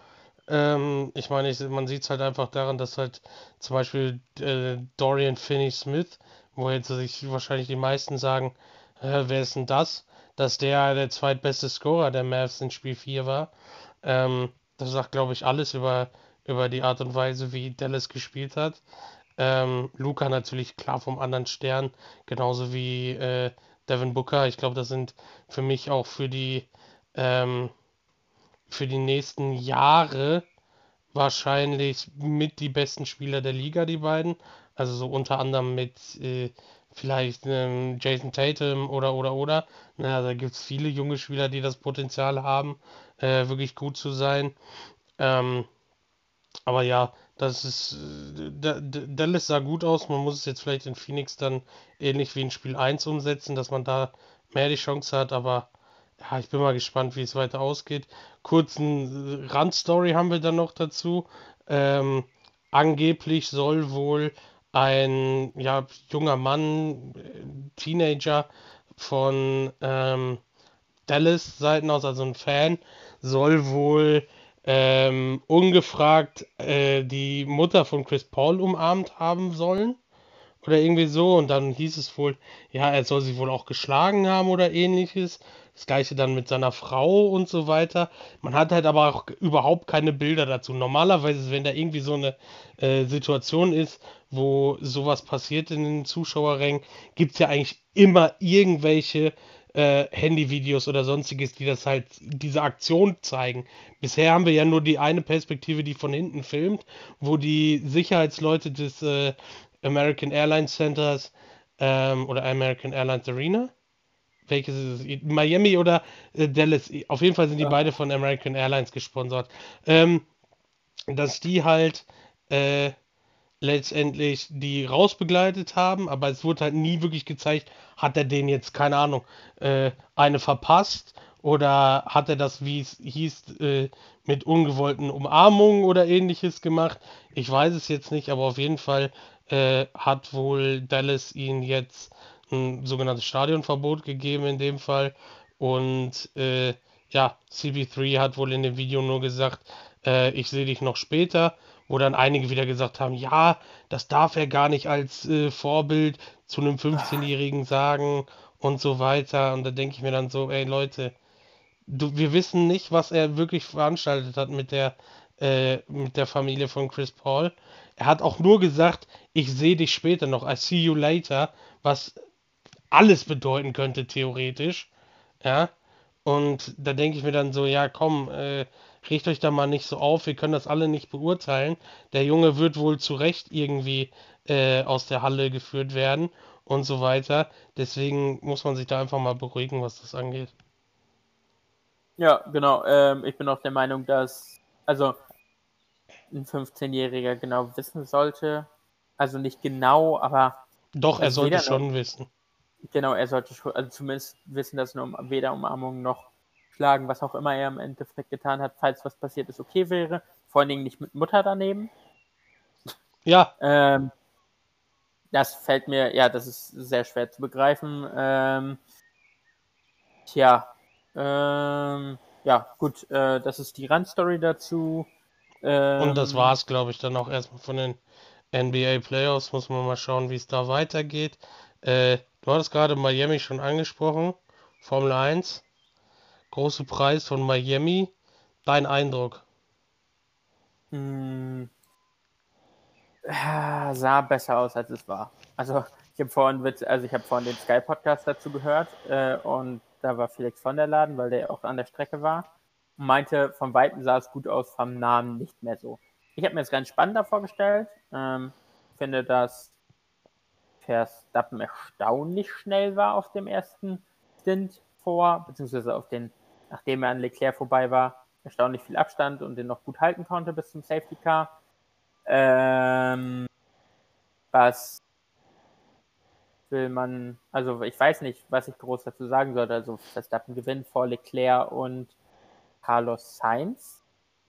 Ähm, ich meine, ich, man sieht es halt einfach daran, dass halt zum Beispiel äh, Dorian Finney-Smith, wo jetzt sich wahrscheinlich die meisten sagen, äh, wer ist denn das? Dass der der zweitbeste Scorer der Mavs in Spiel vier war. Ähm, das sagt, glaube ich, alles über, über die Art und Weise, wie Dallas gespielt hat. Ähm, Luka natürlich klar vom anderen Stern, genauso wie äh, Devin Booker. Ich glaube, das sind für mich auch für die ähm, für die nächsten Jahre wahrscheinlich mit die besten Spieler der Liga, die beiden. Also so unter anderem mit äh, vielleicht ähm, Jason Tatum oder oder oder. Naja, da gibt es viele junge Spieler, die das Potenzial haben, äh, wirklich gut zu sein. Ähm, aber ja, das ist äh, Da- D- Dallas sah gut aus. Man muss es jetzt vielleicht in Phoenix dann ähnlich wie in Spiel eins umsetzen, dass man da mehr die Chance hat. Aber ja, ich bin mal gespannt, wie es weiter ausgeht. Kurzen äh, Randstory haben wir dann noch dazu. Ähm, Angeblich soll wohl ein ja, junger Mann, äh, Teenager von ähm, Dallas-Seiten aus, also ein Fan, soll wohl ähm, ungefragt äh, die Mutter von Chris Paul umarmt haben sollen. Oder irgendwie so. Und dann hieß es wohl, ja, er soll sie wohl auch geschlagen haben oder ähnliches. Das gleiche dann mit seiner Frau und so weiter. Man hat halt aber auch überhaupt keine Bilder dazu. Normalerweise, wenn da irgendwie so eine äh, Situation ist, wo sowas passiert in den Zuschauerrängen, gibt es ja eigentlich immer irgendwelche äh, Handyvideos oder sonstiges, die das halt, diese Aktion zeigen. Bisher haben wir ja nur die eine Perspektive, die von hinten filmt, wo die Sicherheitsleute des äh, American Airlines Centers ähm, oder American Airlines Arena. Welches ist es? Miami oder äh, Dallas? Auf jeden Fall sind die beide von American Airlines gesponsert. Ähm, Dass die halt äh, letztendlich die rausbegleitet haben, aber es wurde halt nie wirklich gezeigt, hat er den jetzt, keine Ahnung, äh, eine verpasst oder hat er das, wie es hieß, äh, mit ungewollten Umarmungen oder ähnliches gemacht. Ich weiß es jetzt nicht, aber auf jeden Fall äh, hat wohl Dallas ihn jetzt ein sogenanntes Stadionverbot gegeben in dem Fall. Und äh, ja, C B drei hat wohl in dem Video nur gesagt, äh, ich sehe dich noch später, wo dann einige wieder gesagt haben, ja, das darf er gar nicht als äh, Vorbild zu einem fünfzehnjährigen sagen und so weiter. Und da denke ich mir dann so, ey Leute, du, wir wissen nicht, was er wirklich veranstaltet hat mit der, äh, mit der Familie von Chris Paul. Er hat auch nur gesagt, ich sehe dich später noch, I see you later, was alles bedeuten könnte, theoretisch. Ja. Und da denke ich mir dann so, ja, komm, äh, regt euch da mal nicht so auf, wir können das alle nicht beurteilen. Der Junge wird wohl zu Recht irgendwie äh, aus der Halle geführt werden und so weiter. Deswegen muss man sich da einfach mal beruhigen, was das angeht. Ja, genau. Ähm, ich bin auch der Meinung, dass also ein fünfzehnjähriger genau wissen sollte. Also nicht genau, aber Doch, er also sollte weder eine, schon wissen. genau, er sollte schon, also zumindest wissen, dass eine um, weder Umarmung noch Schlagen, was auch immer er im Endeffekt getan hat, falls was passiert ist, okay wäre. Vor allen Dingen nicht mit Mutter daneben. Ja, Ähm, das fällt mir, ja, das ist sehr schwer zu begreifen. Ähm, tja, ähm, ja, gut, äh, das ist die Randstory dazu. und das Ähm, war's, glaube ich, dann auch erstmal von den N B A Playoffs. Muss man mal schauen, wie es da weitergeht. Äh, du hattest gerade Miami schon angesprochen. Formel eins. Große Preis von Miami. Dein Eindruck? mh, ah, sah besser aus, als es war. Also ich habe vorhin, Witz- also ich habe vorhin den Sky Podcast dazu gehört äh, und da war Felix von der Laden, weil der auch an der Strecke war und meinte, von Weitem sah es gut aus, vom Namen nicht mehr so. Ich habe mir das ganz spannender vorgestellt. Ähm, finde, dass Verstappen erstaunlich schnell war auf dem ersten Stint vor, beziehungsweise auf den, nachdem er an Leclerc vorbei war, erstaunlich viel Abstand und den noch gut halten konnte bis zum Safety Car. Ähm, was will man, also ich weiß nicht, was ich groß dazu sagen sollte. Also Verstappen gewinnt vor Leclerc und Carlos Sainz.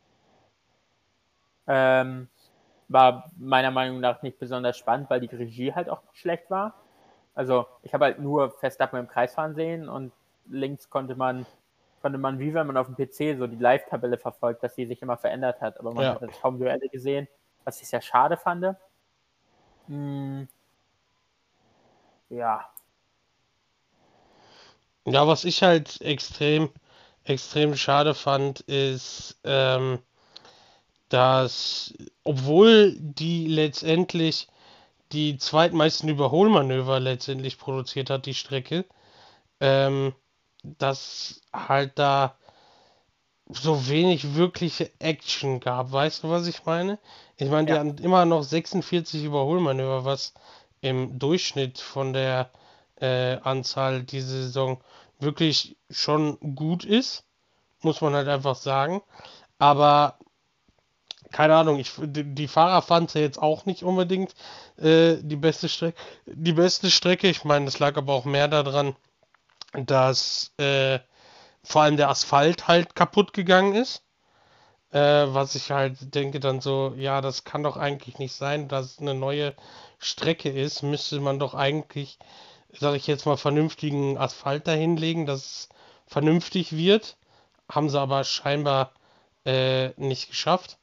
Ähm, war meiner Meinung nach nicht besonders spannend, weil die Regie halt auch schlecht war. Also ich habe halt nur Verstappen im Kreis fahren sehen und links konnte man, konnte man, wie wenn man auf dem P C so die Live-Tabelle verfolgt, dass die sich immer verändert hat, aber man Ja. hat halt kaum Duelle gesehen, was ich sehr schade fand. Hm, ja. Ja, was ich halt extrem, extrem schade fand, ist, ähm, dass, obwohl die letztendlich die zweitmeisten Überholmanöver letztendlich produziert hat, die Strecke, ähm, dass halt da so wenig wirkliche Action gab. Weißt du, was ich meine? Ich meine, die Ja, hatten immer noch sechsundvierzig Überholmanöver, was im Durchschnitt von der äh, Anzahl diese Saison wirklich schon gut ist, muss man halt einfach sagen. Aber keine Ahnung, ich, die, die Fahrer fanden es ja jetzt auch nicht unbedingt äh, die beste Strecke. Die beste Strecke, ich meine, das lag aber auch mehr daran, dass äh, vor allem der Asphalt halt kaputt gegangen ist. Äh, was ich halt denke dann so, ja, das kann doch eigentlich nicht sein, dass es eine neue Strecke ist. Müsste man doch eigentlich, sage ich jetzt mal, vernünftigen Asphalt dahinlegen, dass es vernünftig wird. Haben sie aber scheinbar äh, nicht geschafft.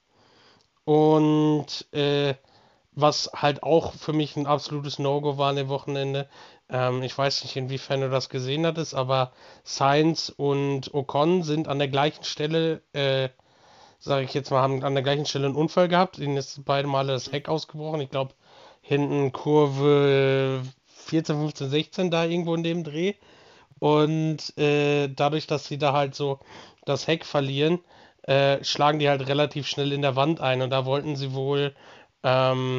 Und äh, was halt auch für mich ein absolutes No-Go war an dem Wochenende, ähm, ich weiß nicht, inwiefern du das gesehen hattest, aber Sainz und Ocon sind an der gleichen Stelle, äh, sage ich jetzt mal, haben an der gleichen Stelle einen Unfall gehabt. Ihnen ist beide Male das Heck ausgebrochen. Ich glaube, hinten Kurve vierzehn, fünfzehn, sechzehn da irgendwo in dem Dreh. Und äh, dadurch, dass sie da halt so das Heck verlieren, äh, schlagen die halt relativ schnell in der Wand ein. Und da wollten sie wohl, ähm,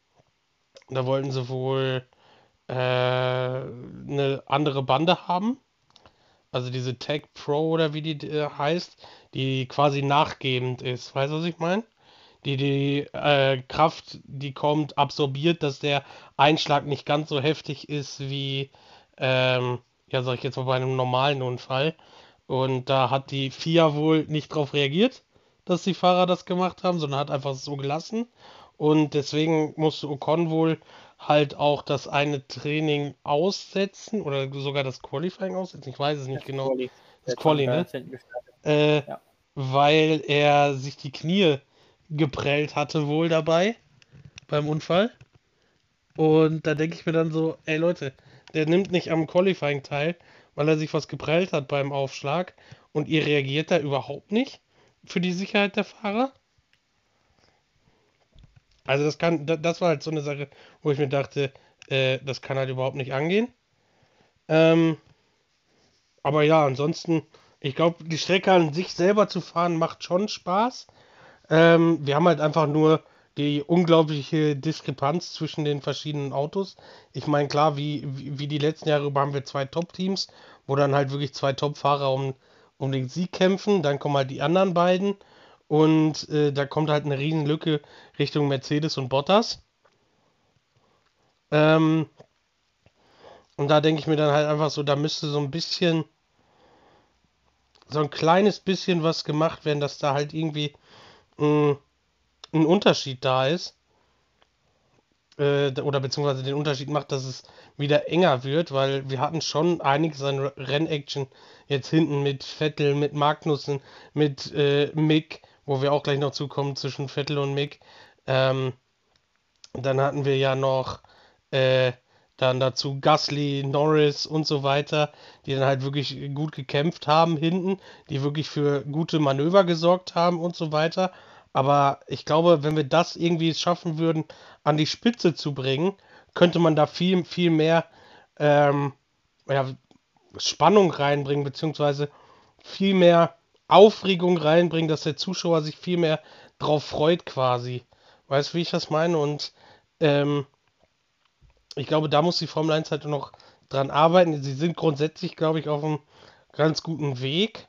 da wollten sie wohl äh, eine andere Bande haben. Also diese Tech Pro oder wie die äh, heißt, die quasi nachgebend ist. Weißt du, was ich meine? Die die äh, Kraft, die kommt, absorbiert, dass der Einschlag nicht ganz so heftig ist wie, ähm, ja, sag ich jetzt mal, bei einem normalen Unfall. Und da hat die F I A wohl nicht drauf reagiert, dass die Fahrer das gemacht haben, sondern hat einfach so gelassen. Und deswegen musste Ocon wohl halt auch das eine Training aussetzen oder sogar das Qualifying aussetzen. Ich weiß es nicht das genau. Quali. Der Das hat schon Quali, ne? ganz hinten gestartet. Äh, Ja. weil er sich die Knie geprellt hatte wohl dabei beim Unfall. Und da denke ich mir dann so, ey Leute, der nimmt nicht am Qualifying teil, weil er sich was geprellt hat beim Aufschlag und ihr reagiert da überhaupt nicht für die Sicherheit der Fahrer. Also das kann, da- das war halt so eine Sache, wo ich mir dachte, äh, das kann halt überhaupt nicht angehen. Ähm, aber ja, ansonsten, ich glaube, die Strecke an sich selber zu fahren macht schon Spaß. Ähm, wir haben halt einfach nur die unglaubliche Diskrepanz zwischen den verschiedenen Autos. Ich meine, klar, wie, wie, wie die letzten Jahre über haben wir zwei Top-Teams, wo dann halt wirklich zwei Top-Fahrer um, um den Sieg kämpfen. Dann kommen halt die anderen beiden. Und äh, da kommt halt eine riesen Lücke Richtung Mercedes und Bottas. Ähm, und da denke ich mir dann halt einfach so, da müsste so ein bisschen, so ein kleines bisschen was gemacht werden, dass da halt irgendwie mh, ein Unterschied da ist. Äh, oder beziehungsweise den Unterschied macht, dass es wieder enger wird, weil wir hatten schon einiges an R- Rennaction jetzt hinten mit Vettel, mit Magnussen, mit äh, Mick, wo wir auch gleich noch zukommen zwischen Vettel und Mick. Ähm, dann hatten wir ja noch äh, dann dazu Gasly, Norris und so weiter, die dann halt wirklich gut gekämpft haben hinten, die wirklich für gute Manöver gesorgt haben und so weiter. Aber ich glaube, wenn wir das irgendwie schaffen würden, an die Spitze zu bringen, könnte man da viel, viel mehr ähm, ja, Spannung reinbringen, beziehungsweise viel mehr Aufregung reinbringen, dass der Zuschauer sich viel mehr drauf freut quasi. Weißt du, wie ich das meine? Und ähm, ich glaube, da muss die Formel eins halt noch dran arbeiten. Sie sind grundsätzlich, glaube ich, auf einem ganz guten Weg.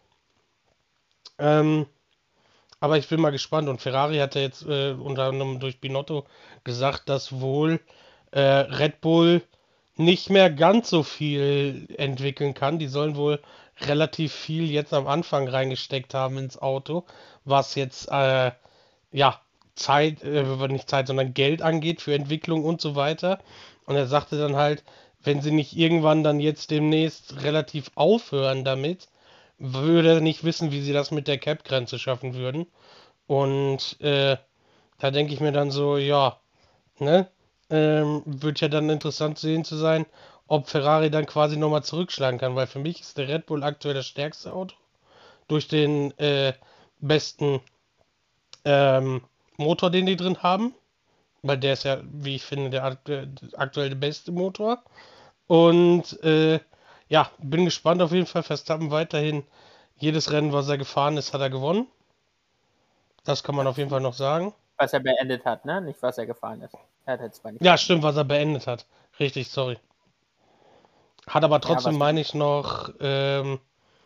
Ähm, aber ich bin mal gespannt. Und Ferrari hat ja jetzt äh, unter anderem durch Binotto gesagt, dass wohl äh, Red Bull nicht mehr ganz so viel entwickeln kann. Die sollen wohl relativ viel jetzt am Anfang reingesteckt haben ins Auto, was jetzt äh, ja Zeit, äh, nicht Zeit, sondern Geld angeht für Entwicklung und so weiter. Und er sagte dann halt, wenn sie nicht irgendwann dann jetzt demnächst relativ aufhören damit, würde er nicht wissen, wie sie das mit der Cap-Grenze schaffen würden. Und äh, da denke ich mir dann so, ja, ne? Ähm, wird ja dann interessant zu sehen zu sein, ob Ferrari dann quasi nochmal zurückschlagen kann, weil für mich ist der Red Bull aktuell das stärkste Auto durch den äh, besten ähm, Motor, den die drin haben, weil der ist ja, wie ich finde, der aktu aktuell der beste Motor. Und äh, ja, bin gespannt auf jeden Fall, Verstappen weiterhin Jedes Rennen, was er gefahren ist, hat er gewonnen. Das kann man auf jeden Fall noch sagen. Was er beendet hat, ne? Nicht, was er gefahren ist. Er hat jetzt zwar nicht. Ja, stimmt, was er beendet hat. Richtig, sorry. Hat aber trotzdem, was- meine ich, noch, ähm,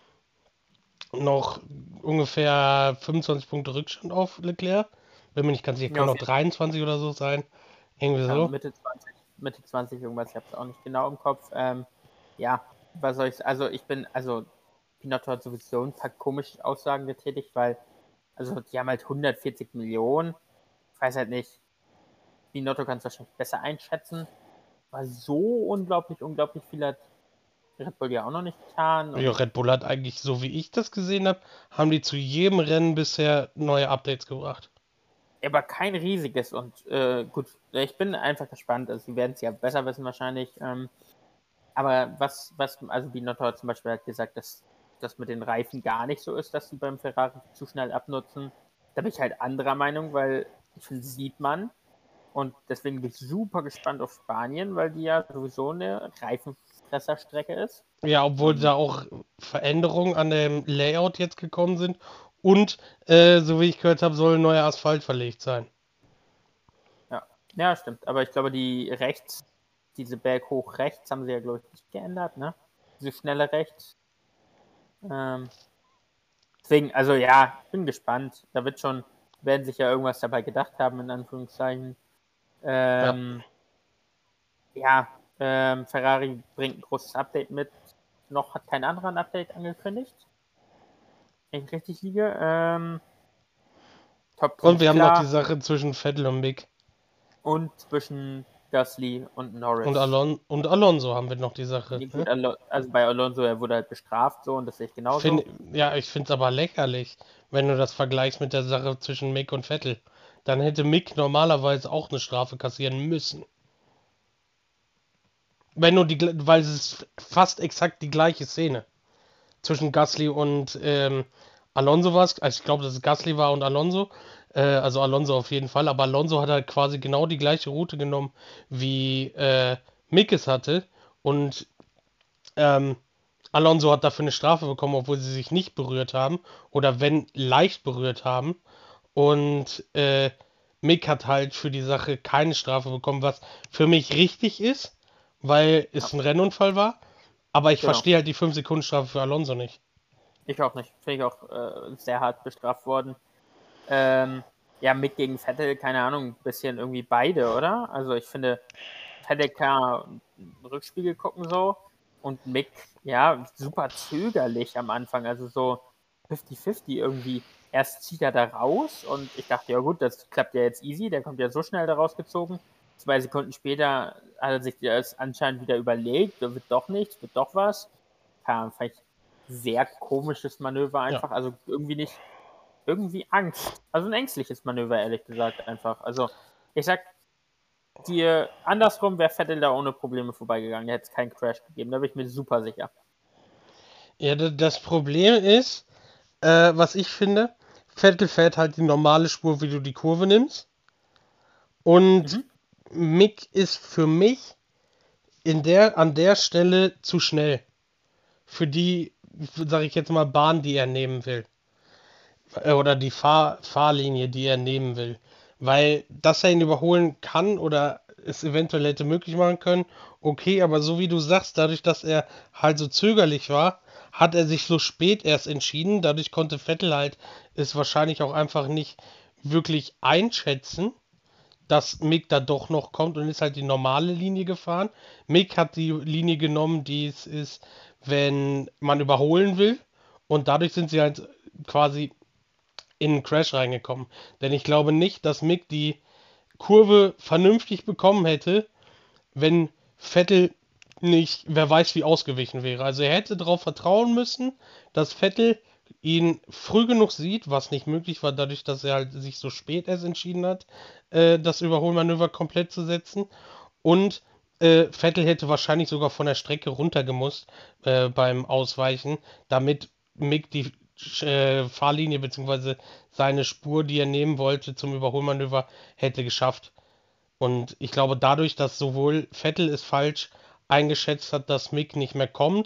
noch ungefähr fünfundzwanzig Punkte Rückstand auf Leclerc. Bin mir nicht ganz sicher, Ja, kann auf noch dreiundzwanzig oder so sein. Irgendwie Ja, so. Mitte zwanzig, Mitte zwanzig irgendwas, ich habe es auch nicht genau im Kopf. Ähm, ja, was soll ich, also ich bin, also Pinotto hat sowieso ein paar komische Aussagen getätigt, weil, also die haben halt hundertvierzig Millionen, ich weiß halt nicht, Pinotto kann es wahrscheinlich besser einschätzen, aber so unglaublich, unglaublich viel hat Red Bull ja auch noch nicht getan. Und Ja, Red Bull hat eigentlich, so wie ich das gesehen habe, haben die zu jedem Rennen bisher neue Updates gebracht. aber kein riesiges und äh, gut, ich bin einfach gespannt, also sie werden es ja besser wissen wahrscheinlich, ähm, aber was, was, also Binotto hat zum Beispiel hat gesagt, dass das mit den Reifen gar nicht so ist, dass sie beim Ferrari zu schnell abnutzen. Da bin ich halt anderer Meinung, weil ich finde, sieht man. Und deswegen bin ich super gespannt auf Spanien, weil die ja sowieso eine Reifenfresserstrecke ist. Ja, obwohl Und da auch Veränderungen an dem Layout jetzt gekommen sind. Und, äh, so wie ich gehört habe, soll neuer Asphalt verlegt sein. ja, ja, stimmt. Aber ich glaube, die rechts, diese Berg hoch rechts haben sie ja, glaube ich, nicht geändert, ne? Diese schnelle rechts. Ähm, deswegen, also ja, ich bin gespannt. Da wird schon, werden sich ja irgendwas dabei gedacht haben, in Anführungszeichen. Ja. Ähm, ja, ähm, Ferrari bringt ein großes Update mit. Noch hat kein anderer ein Update angekündigt. Wenn ich richtig liege. Ähm, Top Und wir haben noch die klar. Sache zwischen Vettel und Mick. Und zwischen Gasly und Norris. Und, Alon und Alonso haben wir noch die Sache. Nee, gut, Ne? Alo also bei Alonso, er wurde halt bestraft, so, und das sehe ich genauso. Find, ja, ich finde es aber lächerlich, wenn du das vergleichst mit der Sache zwischen Mick und Vettel. Dann hätte Mick normalerweise auch eine Strafe kassieren müssen. Wenn du die, weil es ist fast exakt die gleiche Szene. Zwischen Gasly und ähm, Alonso war es. Also ich glaube, dass es Gasly war und Alonso. Äh, also Alonso auf jeden Fall. Aber Alonso hat halt quasi genau die gleiche Route genommen, wie äh, Mick es hatte. Und ähm, Alonso hat dafür eine Strafe bekommen, obwohl sie sich nicht berührt haben. Oder wenn leicht berührt haben. Und äh, Mick hat halt für die Sache keine Strafe bekommen, was für mich richtig ist, weil es Ja, ein Rennunfall war. Aber ich genau. verstehe halt die fünf Sekunden Strafe für Alonso nicht. Ich auch nicht. Finde ich auch äh, sehr hart bestraft worden. Ähm, ja, Mick gegen Vettel, keine Ahnung, ein bisschen irgendwie beide, oder? Also ich finde, Vettel kann einen Rückspiegel gucken so und Mick, ja, super zögerlich am Anfang, also so fünfzig fünfzig irgendwie. Erst zieht er da raus und ich dachte, ja gut, das klappt ja jetzt easy, der kommt ja so schnell da rausgezogen. Zwei Sekunden später hat er sich das anscheinend wieder überlegt, da wird doch nichts, wird doch was. Ja, vielleicht sehr komisches Manöver einfach, Ja. also irgendwie nicht, irgendwie Angst. Also ein ängstliches Manöver, ehrlich gesagt, einfach. Also, ich sag dir, andersrum wäre Vettel da ohne Probleme vorbeigegangen. Da hätte es keinen Crash gegeben, da bin ich mir super sicher. Ja, d- das Problem ist, äh, was ich finde, Vettel fährt halt die normale Spur, wie du die Kurve nimmst. Und Mhm. Mick ist für mich in der, an der Stelle zu schnell. Für die, sage ich jetzt mal, Bahn, die er nehmen will. Äh, Oder die Fahr Fahrlinie, die er nehmen will. Weil, dass er ihn überholen kann oder es eventuell hätte möglich machen können, okay, aber so wie du sagst, dadurch, dass er halt so zögerlich war, hat er sich so spät erst entschieden. Dadurch konnte Vettel halt es wahrscheinlich auch einfach nicht wirklich einschätzen, dass Mick da doch noch kommt und ist halt die normale Linie gefahren. Mick hat die Linie genommen, die es ist, wenn man überholen will. Und dadurch sind sie halt quasi in einen Crash reingekommen. Denn ich glaube nicht, dass Mick die Kurve vernünftig bekommen hätte, wenn Vettel nicht, wer weiß, wie ausgewichen wäre. Also er hätte darauf vertrauen müssen, dass Vettel ihn früh genug sieht, was nicht möglich war, dadurch, dass er halt sich so spät erst entschieden hat, äh, das Überholmanöver komplett zu setzen. Und äh, Vettel hätte wahrscheinlich sogar von der Strecke runtergemusst äh, beim Ausweichen, damit Mick die äh, Fahrlinie bzw. seine Spur, die er nehmen wollte zum Überholmanöver, hätte geschafft. Und ich glaube, dadurch, dass sowohl Vettel es falsch eingeschätzt hat, dass Mick nicht mehr kommt,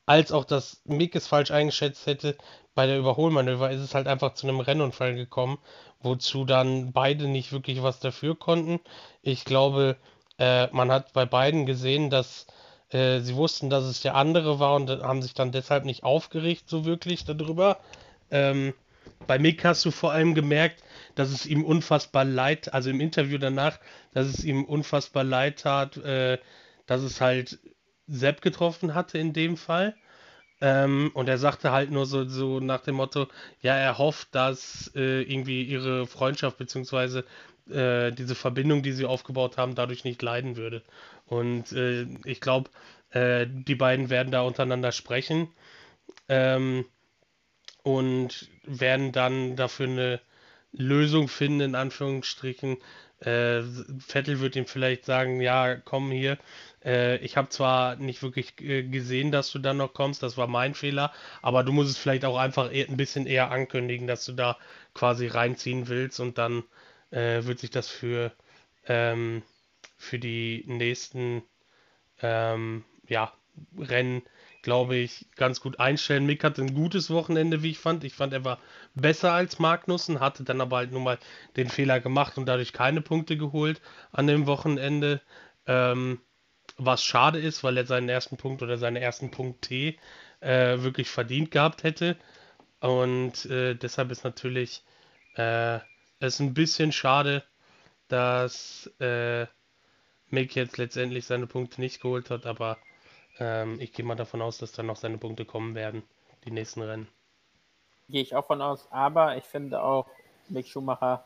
als auch, dass Mick es falsch eingeschätzt hätte. Bei der Überholmanöver ist es halt einfach zu einem Rennunfall gekommen, wozu dann beide nicht wirklich was dafür konnten. Ich glaube, äh, man hat bei beiden gesehen, dass äh, sie wussten, dass es der andere war und haben sich dann deshalb nicht aufgeregt, so wirklich darüber. Ähm, Bei Mick hast du vor allem gemerkt, dass es ihm unfassbar leid, also im Interview danach, dass es ihm unfassbar leid tat, äh, dass es halt Sepp getroffen hatte in dem Fall. Ähm, und er sagte halt nur so, so nach dem Motto, ja, er hofft, dass äh, irgendwie ihre Freundschaft beziehungsweise äh, diese Verbindung, die sie aufgebaut haben, dadurch nicht leiden würde. Und äh, ich glaube, äh, die beiden werden da untereinander sprechen. Ähm, und werden dann dafür eine Lösung finden, in Anführungsstrichen. Äh, Vettel wird ihm vielleicht sagen, ja, komm hier, äh, ich habe zwar nicht wirklich äh, gesehen, dass du dann noch kommst, das war mein Fehler, aber du musst es vielleicht auch einfach eher, ein bisschen eher ankündigen, dass du da quasi reinziehen willst und dann äh, wird sich das für, ähm, für die nächsten ähm, ja, Rennen, glaube ich, ganz gut einstellen. Mick hatte ein gutes Wochenende, wie ich fand. Ich fand, er war besser als Magnussen, hatte dann aber halt nur mal den Fehler gemacht und dadurch keine Punkte geholt an dem Wochenende. Ähm, Was schade ist, weil er seinen ersten Punkt oder seinen ersten Punkt T äh, wirklich verdient gehabt hätte. Und äh, deshalb ist natürlich äh, es ein bisschen schade, dass äh, Mick jetzt letztendlich seine Punkte nicht geholt hat, aber ähm, ich gehe mal davon aus, dass dann noch seine Punkte kommen werden, die nächsten Rennen. Gehe ich auch von aus, aber ich finde auch, Mick Schumacher,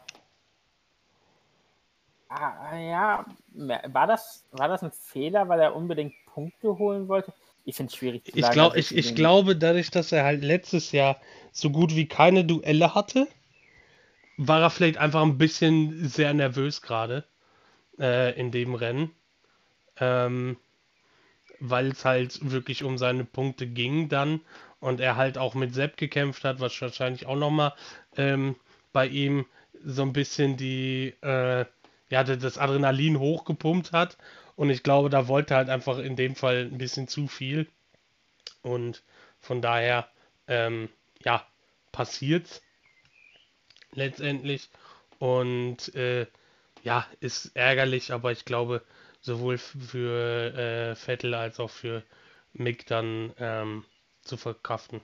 ah, ja, war das, war das ein Fehler, weil er unbedingt Punkte holen wollte? Ich finde es schwierig zu Ich, sagen. glaub, Also ich ich, sehe ich den, glaube, dadurch, dass er halt letztes Jahr so gut wie keine Duelle hatte, war er vielleicht einfach ein bisschen sehr nervös gerade äh, in dem Rennen. Ähm, Weil es halt wirklich um seine Punkte ging dann und er halt auch mit Sepp gekämpft hat, was wahrscheinlich auch nochmal ähm, bei ihm so ein bisschen die, äh, ja, das Adrenalin hochgepumpt hat und ich glaube, da wollte er halt einfach in dem Fall ein bisschen zu viel und von daher, ähm, ja, passiert's letztendlich und äh, ja, ist ärgerlich, aber ich glaube, sowohl für äh, Vettel als auch für Mick dann ähm, zu verkraften.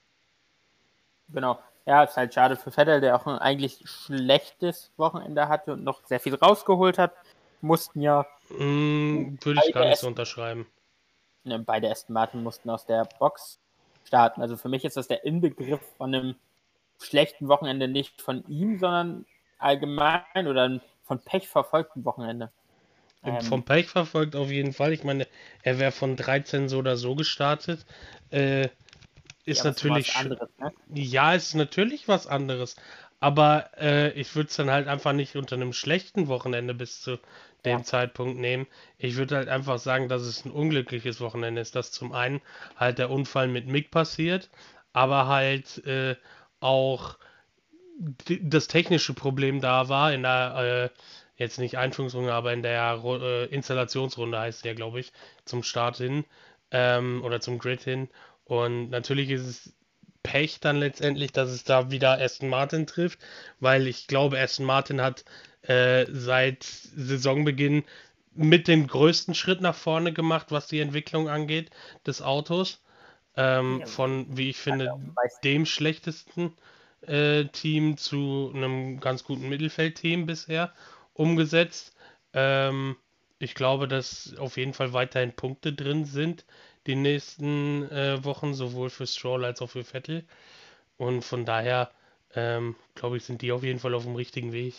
genau. Ja, ist halt schade für Vettel, der auch ein eigentlich schlechtes Wochenende hatte und noch sehr viel rausgeholt hat. Mussten ja Mm, würde ich gar beide nicht so Aston, unterschreiben. ne, beide Aston Martin mussten aus der Box starten. Also für mich ist das der Inbegriff von einem schlechten Wochenende, nicht von ihm, sondern allgemein oder von Pech verfolgten Wochenende. Vom Ähm, Pech verfolgt auf jeden Fall. Ich meine, er wäre von dreizehn so oder so gestartet. Äh, ja, Ist aber es war was natürlich, anderes, ne? ja, ist natürlich was anderes. Aber äh, ich würde es dann halt einfach nicht unter einem schlechten Wochenende bis zu dem Ja. Zeitpunkt nehmen. Ich würde halt einfach sagen, dass es ein unglückliches Wochenende ist, dass zum einen halt der Unfall mit Mick passiert, aber halt äh, auch d- das technische Problem da war in der, äh, jetzt nicht Einführungsrunde, aber in der Ru- äh, Installationsrunde heißt es ja, glaube ich, zum Start hin ähm, oder zum Grid hin. Und natürlich ist es Pech dann letztendlich, dass es da wieder Aston Martin trifft, weil ich glaube, Aston Martin hat äh, seit Saisonbeginn mit den größten Schritt nach vorne gemacht, was die Entwicklung angeht des Autos. Ähm, Ja, von, wie ich hat finde, er auch meist- dem schlechtesten äh, Team zu einem ganz guten Mittelfeldteam bisher umgesetzt. Ähm, Ich glaube, dass auf jeden Fall weiterhin Punkte drin sind die nächsten äh, Wochen, sowohl für Stroll als auch für Vettel. Und von daher, ähm, glaube ich, sind die auf jeden Fall auf dem richtigen Weg.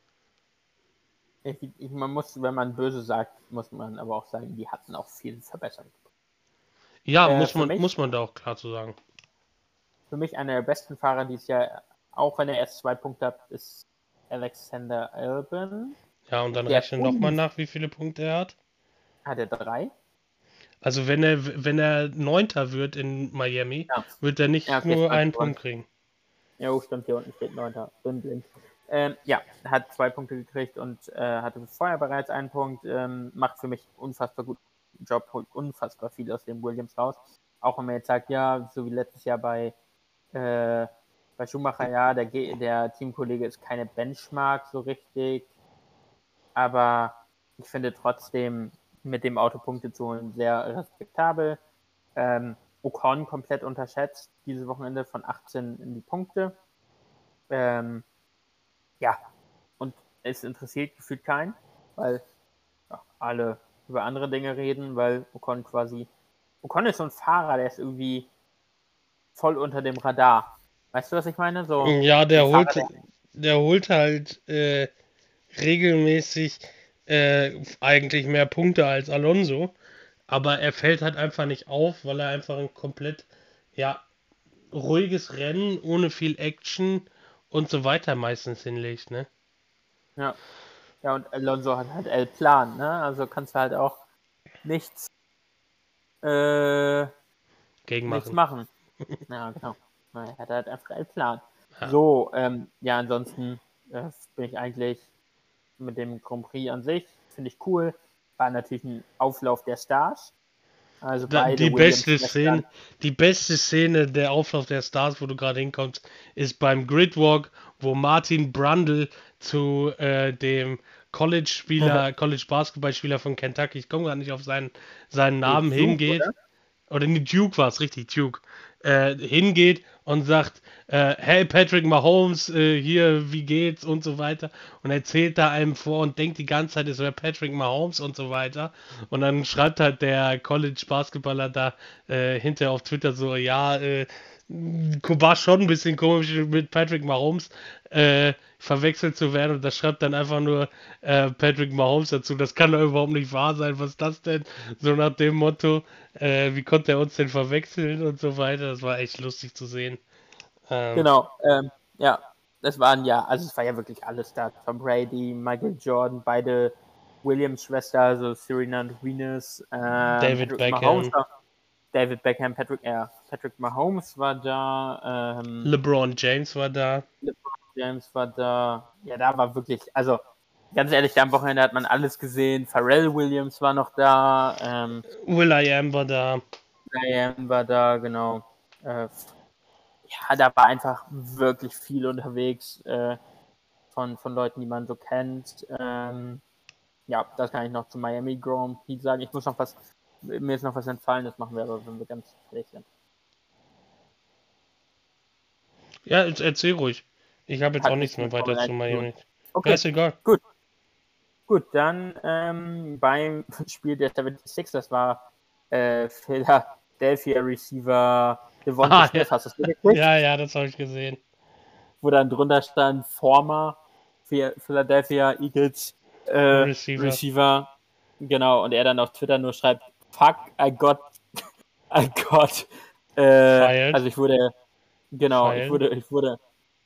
ich, ich, man muss, wenn man böse sagt, muss man aber auch sagen, die hatten auch viel verbessert. Ja, Äh, muss für man, mich, muss man da auch klar zu sagen. für mich einer der besten Fahrer dieses Jahr, auch wenn er erst zwei Punkte hat, ist Alexander Albon. Ja, und dann Der hat rechne nochmal un nach, wie viele Punkte er hat. hat er drei? Also wenn er, wenn er Neunter wird in Miami, Ja. wird er Ja, nicht okay, nur stimmt. einen Punkt kriegen. Ja, stimmt, hier unten steht neunter. Bin blind. Ähm, ja, hat zwei Punkte gekriegt und äh, hatte vorher bereits einen Punkt. Ähm, macht für mich unfassbar guten Job, holt unfassbar viel aus dem Williams raus. auch wenn man jetzt sagt, ja, so wie letztes Jahr bei, äh, bei Schumacher, ja, der, der Teamkollege ist keine Benchmark so richtig, aber ich finde trotzdem, mit dem Auto Punkte zu holen, sehr respektabel. Ähm, Ocon komplett unterschätzt, dieses Wochenende von achtzehn in die Punkte. Ähm, ja, und es interessiert gefühlt keinen, weil ja, alle über andere Dinge reden, weil Ocon quasi, Ocon ist so ein Fahrer, der ist irgendwie voll unter dem Radar. Weißt du, was ich meine? So Ja, der ein Fahrer, holt, der, der holt halt äh, regelmäßig äh, eigentlich mehr Punkte als Alonso, aber er fällt halt einfach nicht auf, weil er einfach ein komplett, ja, ruhiges Rennen ohne viel Action und so weiter meistens hinlegt, ne? ja, ja, und Alonso hat halt El Plan, ne? Also kannst du halt auch nichts, äh, Gegen nichts machen. machen. Ja, genau. Er hat halt einfach El Plan. Ja. So, ähm, ja, ansonsten äh, bin ich eigentlich mit dem Grand Prix an sich, finde ich cool. War natürlich ein Auflauf der Stars. Also Da, beide die beste Szene, Williams-Schwestern. die beste Szene der Auflauf der Stars, wo du gerade hinkommst, ist beim Gridwalk, wo Martin Brundle zu äh, dem College-Spieler, College-Basketballspieler von Kentucky, ich komme gerade nicht auf seinen, seinen Nee, Namen, Duke, hingeht. oder? Oder nee, Duke war es, richtig, Duke. Äh, hingeht und sagt, äh, hey Patrick Mahomes, äh, hier, wie geht's und so weiter. Und erzählt da einem vor und denkt die ganze Zeit, es wäre Patrick Mahomes und so weiter. Und dann schreibt halt der College-Basketballer da äh, hinterher auf Twitter so, ja, äh, war schon ein bisschen komisch mit Patrick Mahomes äh, verwechselt zu werden und da schreibt dann einfach nur äh, Patrick Mahomes dazu. Das kann doch überhaupt nicht wahr sein. Was ist das denn? So nach dem Motto, äh, wie konnte er uns denn verwechseln und so weiter. Das war echt lustig zu sehen. Ähm, Genau, ähm, ja, das waren ja, also es war ja wirklich alles da. Tom Brady, Michael Jordan, beide Williams-Schwester, also Serena und Venus, ähm, David Patrick Mahomes, Beckham, David Beckham, Patrick, äh, Patrick Mahomes war da, ähm, LeBron James war da, LeBron James war da, ja, da war wirklich, also ganz ehrlich, am Wochenende hat man alles gesehen. Pharrell Williams war noch da, ähm, will.i.am war da. Diane war da, genau. Äh, ja, da war einfach wirklich viel unterwegs äh, von, von Leuten, die man so kennt. Ähm, ja, das kann ich noch zu Miami Grand Prix sagen. Ich muss noch was, mir ist noch was entfallen, das machen wir aber, wenn wir ganz fertig sind. Ja, jetzt erzähl ruhig. Ich habe jetzt auch Hat nichts nichts mehr mit weiter Formel zu eins zu tun. Miami. Ja, Okay, ist egal. gut. Gut, dann ähm, beim Spiel der seventy-six, das war äh, Philadelphia Receiver Devonta Ah, ja. Smith, hast du es mitgekriegt? Ja, ja, das habe ich gesehen. Wo dann drunter stand, former Philadelphia Eagles äh, Receiver. Receiver. Genau, und er dann auf Twitter nur schreibt, fuck, I got, I got, äh, Fired. also ich wurde, genau, ich Fired. wurde, ich wurde,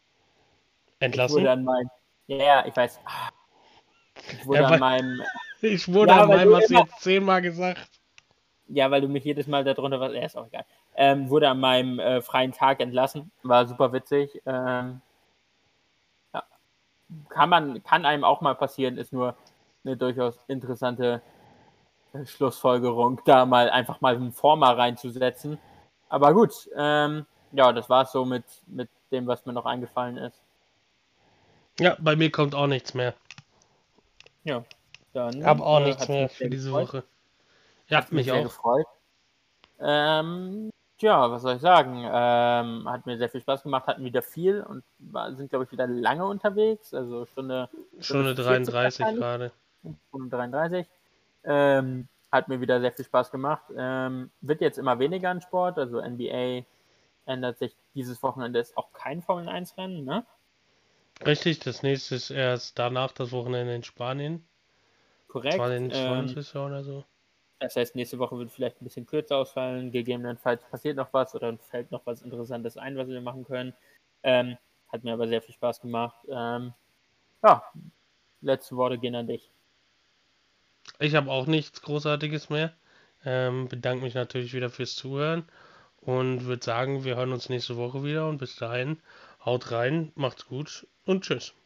ich Entlassen. wurde an meinem, ja, yeah, ich weiß, ich wurde Ja, an weil meinem, ich wurde ja, an weil meinem, du hast du immer, jetzt zehnmal gesagt. ja, weil du mich jedes Mal darunter was, ja, ist auch egal, ähm, wurde an meinem äh, freien Tag entlassen, war super witzig, ähm, ja, kann man, kann einem auch mal passieren, ist nur eine durchaus interessante Schlussfolgerung, da mal einfach mal einen Former reinzusetzen. Aber gut, ähm, ja, das war es so mit, mit dem, was mir noch eingefallen ist. Ja, bei mir kommt auch nichts mehr. Ja, Hab dann auch äh, nichts hat es mehr mich für sehr diese gefreut. Woche. Ja, Hat mich mich sehr auch. gefreut. Ähm, tja, was soll ich sagen? Ähm, hat mir sehr viel Spaß gemacht, hatten wieder viel und war, sind, glaube ich, wieder lange unterwegs. Also Stunde, Stunde Stunde vierzig dreiunddreißig wahrscheinlich. gerade. Stunde dreiunddreißig. Ähm, hat mir wieder sehr viel Spaß gemacht. Ähm, wird jetzt immer weniger an Sport, also N B A ändert sich. Dieses Wochenende ist auch kein Formel eins Rennen, ne? Richtig, das nächste ist erst danach das Wochenende in Spanien. Korrekt. Ähm, zwanzig oder so. das heißt, nächste Woche wird vielleicht ein bisschen kürzer ausfallen. Gegebenenfalls passiert noch was oder fällt noch was Interessantes ein, was wir machen können. Ähm, hat mir aber sehr viel Spaß gemacht. Ähm, ja, letzte Worte gehen an dich. Ich habe auch nichts Großartiges mehr. Ähm, bedanke mich natürlich wieder fürs Zuhören und würde sagen, wir hören uns nächste Woche wieder und bis dahin haut rein, macht's gut und tschüss.